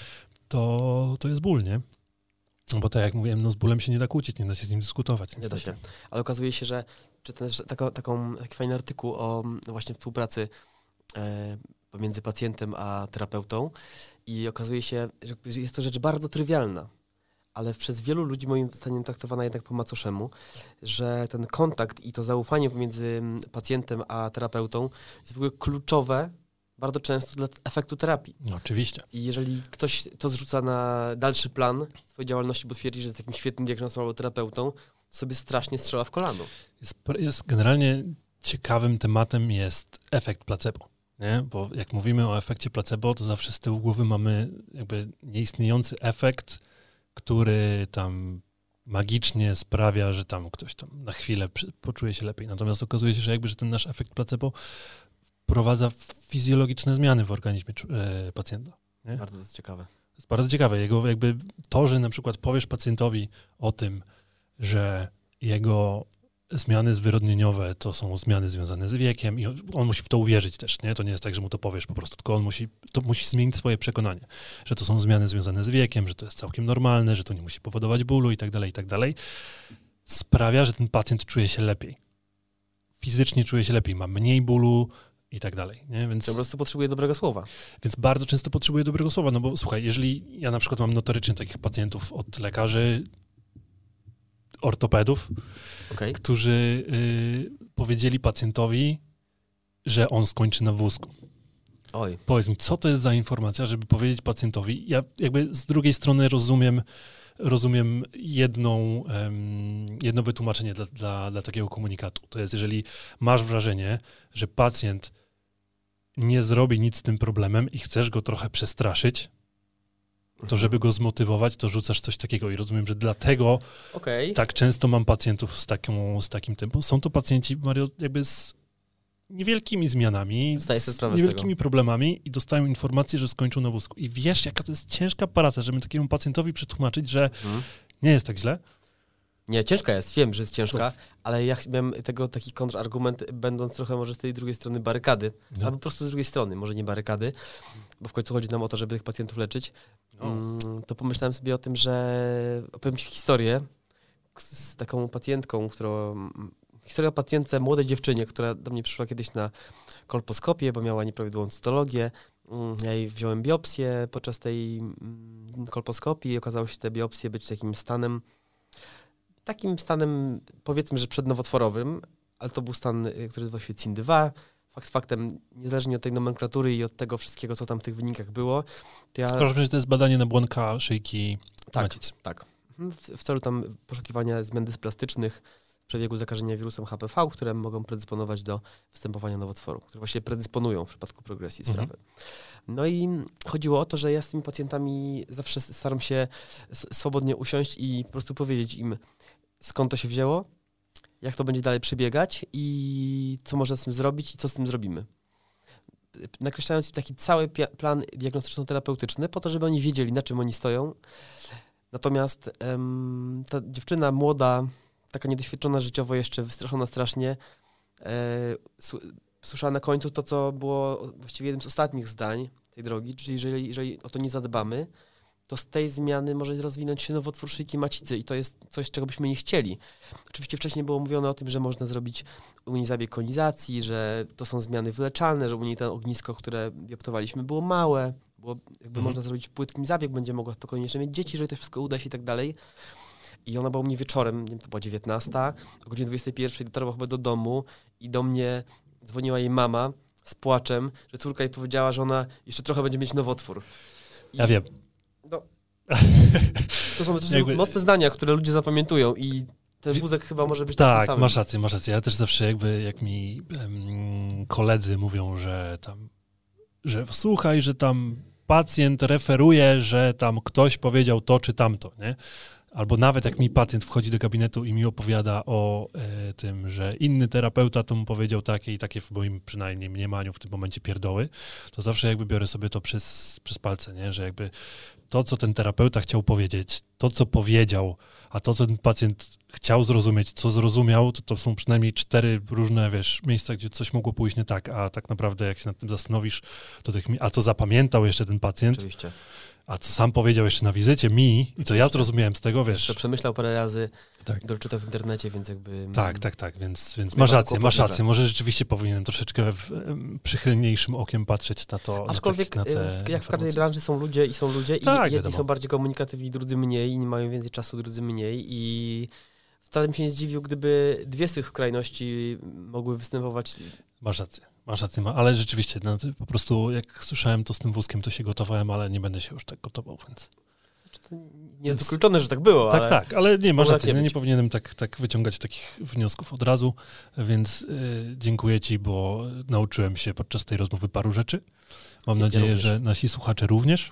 to jest ból, nie? No bo tak jak mówiłem, no z bólem się nie da kłócić, nie da się z nim dyskutować. Nie da się. Ale okazuje się, że czytam taki fajny artykuł o właśnie współpracy pomiędzy pacjentem a terapeutą i okazuje się, że jest to rzecz bardzo trywialna, ale przez wielu ludzi moim zdaniem traktowana jednak po macoszemu, że ten kontakt i to zaufanie pomiędzy pacjentem a terapeutą jest w ogóle kluczowe bardzo często dla efektu terapii. No, oczywiście. I jeżeli ktoś to zrzuca na dalszy plan swojej działalności, bo twierdzi, że jest takim świetnym diagnostą albo terapeutą, to sobie strasznie strzela w kolano. Jest generalnie ciekawym tematem jest efekt placebo, nie? Bo jak mówimy o efekcie placebo, to zawsze z tyłu głowy mamy jakby nieistniejący efekt, który tam magicznie sprawia, że tam ktoś tam na chwilę poczuje się lepiej. Natomiast okazuje się, że ten nasz efekt placebo wprowadza fizjologiczne zmiany w organizmie pacjenta. Nie? Bardzo to jest ciekawe. To jest bardzo ciekawe. Jego jakby to, że na przykład powiesz pacjentowi o tym, że jego zmiany zwyrodnieniowe to są zmiany związane z wiekiem i on musi w to uwierzyć też, nie? To nie jest tak, że mu to powiesz po prostu, tylko on musi zmienić swoje przekonanie, że to są zmiany związane z wiekiem, że to jest całkiem normalne, że to nie musi powodować bólu i tak dalej, sprawia, że ten pacjent czuje się lepiej. Fizycznie czuje się lepiej, ma mniej bólu i tak dalej. Nie? Więc po prostu potrzebuje dobrego słowa. Więc bardzo często potrzebuje dobrego słowa, no bo słuchaj, jeżeli ja na przykład mam notorycznie takich pacjentów od lekarzy, ortopedów, którzy powiedzieli pacjentowi, że on skończy na wózku. Oj. Powiedz mi, co to jest za informacja, żeby powiedzieć pacjentowi? Ja jakby z drugiej strony rozumiem rozumiem jedno wytłumaczenie dla takiego komunikatu. To jest, jeżeli masz wrażenie, że pacjent nie zrobi nic z tym problemem i chcesz go trochę przestraszyć, to żeby go zmotywować, to rzucasz coś takiego i rozumiem, że dlatego tak często mam pacjentów z takim tempem. Są to pacjenci, Mario, jakby z niewielkimi zmianami, z niewielkimi problemami i dostają informację, że skończą na wózku. I wiesz, jaka to jest ciężka praca, żeby takiemu pacjentowi przetłumaczyć, że nie jest tak źle. Nie, ciężka jest, wiem, że jest ciężka, ale ja miałem taki kontrargument, będąc trochę może z tej drugiej strony barykady, albo po prostu z drugiej strony, może nie barykady, bo w końcu chodzi nam o to, żeby tych pacjentów leczyć, to pomyślałem sobie o tym, że opowiem ci historię z taką pacjentką, historia o pacjentce, młodej dziewczynie, która do mnie przyszła kiedyś na kolposkopię, bo miała nieprawidłową cytologię. Ja jej wziąłem biopsję podczas tej kolposkopii i okazało się te biopsje być takim stanem, powiedzmy, że przednowotworowym, ale to był stan, który nazywał się CIN2. Fakt faktem, niezależnie od tej nomenklatury i od tego wszystkiego, co tam w tych wynikach było. Proszę, że to jest badanie nabłonka szyjki macicy. Tak. W celu tam poszukiwania zmian dysplastycznych w przebiegu zakażenia wirusem HPV, które mogą predysponować do występowania nowotworu, które właściwie predysponują w przypadku progresji sprawy. No i chodziło o to, że ja z tymi pacjentami zawsze staram się swobodnie usiąść i po prostu powiedzieć im, skąd to się wzięło, jak to będzie dalej przebiegać i co można z tym zrobić i co z tym zrobimy. Nakreślając taki cały plan diagnostyczno-terapeutyczny po to, żeby oni wiedzieli, na czym oni stoją. Natomiast ta dziewczyna młoda, taka niedoświadczona życiowo jeszcze, wystraszona strasznie, słyszała na końcu to, co było właściwie jednym z ostatnich zdań tej drogi, czyli jeżeli o to nie zadbamy, to z tej zmiany może rozwinąć się nowotwór szyjki macicy i to jest coś, czego byśmy nie chcieli. Oczywiście wcześniej było mówione o tym, że można zrobić u niej zabieg konizacji, że to są zmiany wyleczalne, że u niej to ognisko, które bioptowaliśmy, było małe, było jakby można zrobić płytkim zabieg, będzie mogła spokojnie jeszcze mieć dzieci, jeżeli to wszystko uda się i tak dalej. I ona była u mnie wieczorem, nie wiem, to była 19, o godzinie 21 dotarła chyba do domu i do mnie dzwoniła jej mama z płaczem, że córka jej powiedziała, że ona jeszcze trochę będzie mieć nowotwór. Ja wiem. No, to są mocne zdania, które ludzie zapamiętują i ten wózek chyba może być takim samym. Tak, masz rację. Ja też zawsze jak mi koledzy mówią, że słuchaj, że tam pacjent referuje, że tam ktoś powiedział to czy tamto, nie? Albo nawet jak mi pacjent wchodzi do gabinetu i mi opowiada o tym, że inny terapeuta to mu powiedział takie i takie w moim przynajmniej mniemaniu w tym momencie pierdoły, to zawsze jakby biorę sobie to przez palce, nie? Że jakby to, co ten terapeuta chciał powiedzieć, to, co powiedział, a to, co ten pacjent chciał zrozumieć, co zrozumiał, to są przynajmniej 4 różne, miejsca, gdzie coś mogło pójść nie tak, a tak naprawdę jak się nad tym zastanowisz, to a co zapamiętał jeszcze ten pacjent, oczywiście. A co sam powiedział jeszcze na wizycie mi i co ja zrozumiałem z tego, To przemyślał parę razy, doczytał w internecie, więc jakby... Tak, więc masz rację. Może rzeczywiście powinienem troszeczkę przychylniejszym okiem patrzeć na to. Aczkolwiek jak w każdej branży są ludzie i jedni są bardziej komunikatywni, drudzy mniej, inni mają więcej czasu, drudzy mniej i wcale bym się nie zdziwił, gdyby 2 z tych skrajności mogły występować. Masz rację, ale rzeczywiście, po prostu jak słyszałem to z tym wózkiem, to się gotowałem, ale nie będę się już tak gotował, więc... Nie jest wykluczone, że tak było, ale... Tak, ale nie, masz rację, nie powinienem tak wyciągać takich wniosków od razu, więc dziękuję ci, bo nauczyłem się podczas tej rozmowy paru rzeczy. Mam nadzieję, że nasi słuchacze również.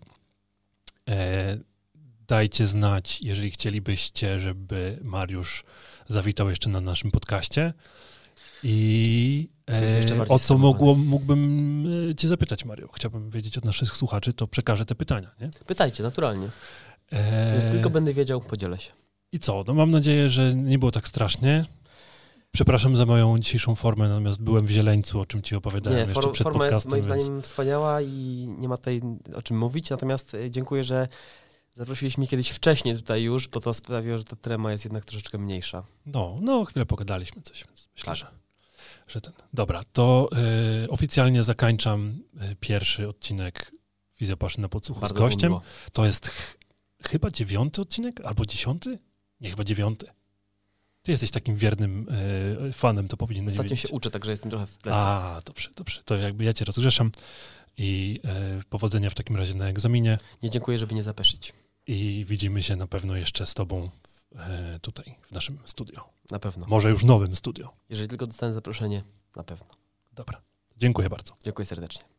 Dajcie znać, jeżeli chcielibyście, żeby Mariusz zawitał jeszcze na naszym podcaście. I o co mógłbym cię zapytać, Mario? Chciałbym wiedzieć od naszych słuchaczy, to przekażę te pytania, nie? Pytajcie, naturalnie. Jeżeli tylko będę wiedział, podzielę się. I co? No mam nadzieję, że nie było tak strasznie. Przepraszam za moją dzisiejszą formę, natomiast byłem w Zieleńcu, o czym ci opowiadałem jeszcze przed podcastem. Forma jest moim zdaniem wspaniała i nie ma tutaj o czym mówić, natomiast dziękuję, że zaprosiliśmy mnie kiedyś wcześniej tutaj już, bo to sprawiło, że ta trema jest jednak troszeczkę mniejsza. No chwilę pogadaliśmy coś, więc myślę, że ten... Dobra, to oficjalnie zakończam pierwszy odcinek Fizjopaszy na podsłuchu z gościem. To jest chyba 9. odcinek, albo 10? Nie, chyba 9. Ty jesteś takim wiernym fanem, to powinieneś wiedzieć. Ostatnio się uczę, także jestem trochę w plecy. Dobrze. To jakby ja cię rozgrzeszam i powodzenia w takim razie na egzaminie. Nie dziękuję, żeby nie zapeszyć. i widzimy się na pewno jeszcze z tobą tutaj w naszym studio. Na pewno. Może już nowym studio. Jeżeli tylko dostanę zaproszenie, na pewno. Dobra. Dziękuję bardzo. Dziękuję serdecznie.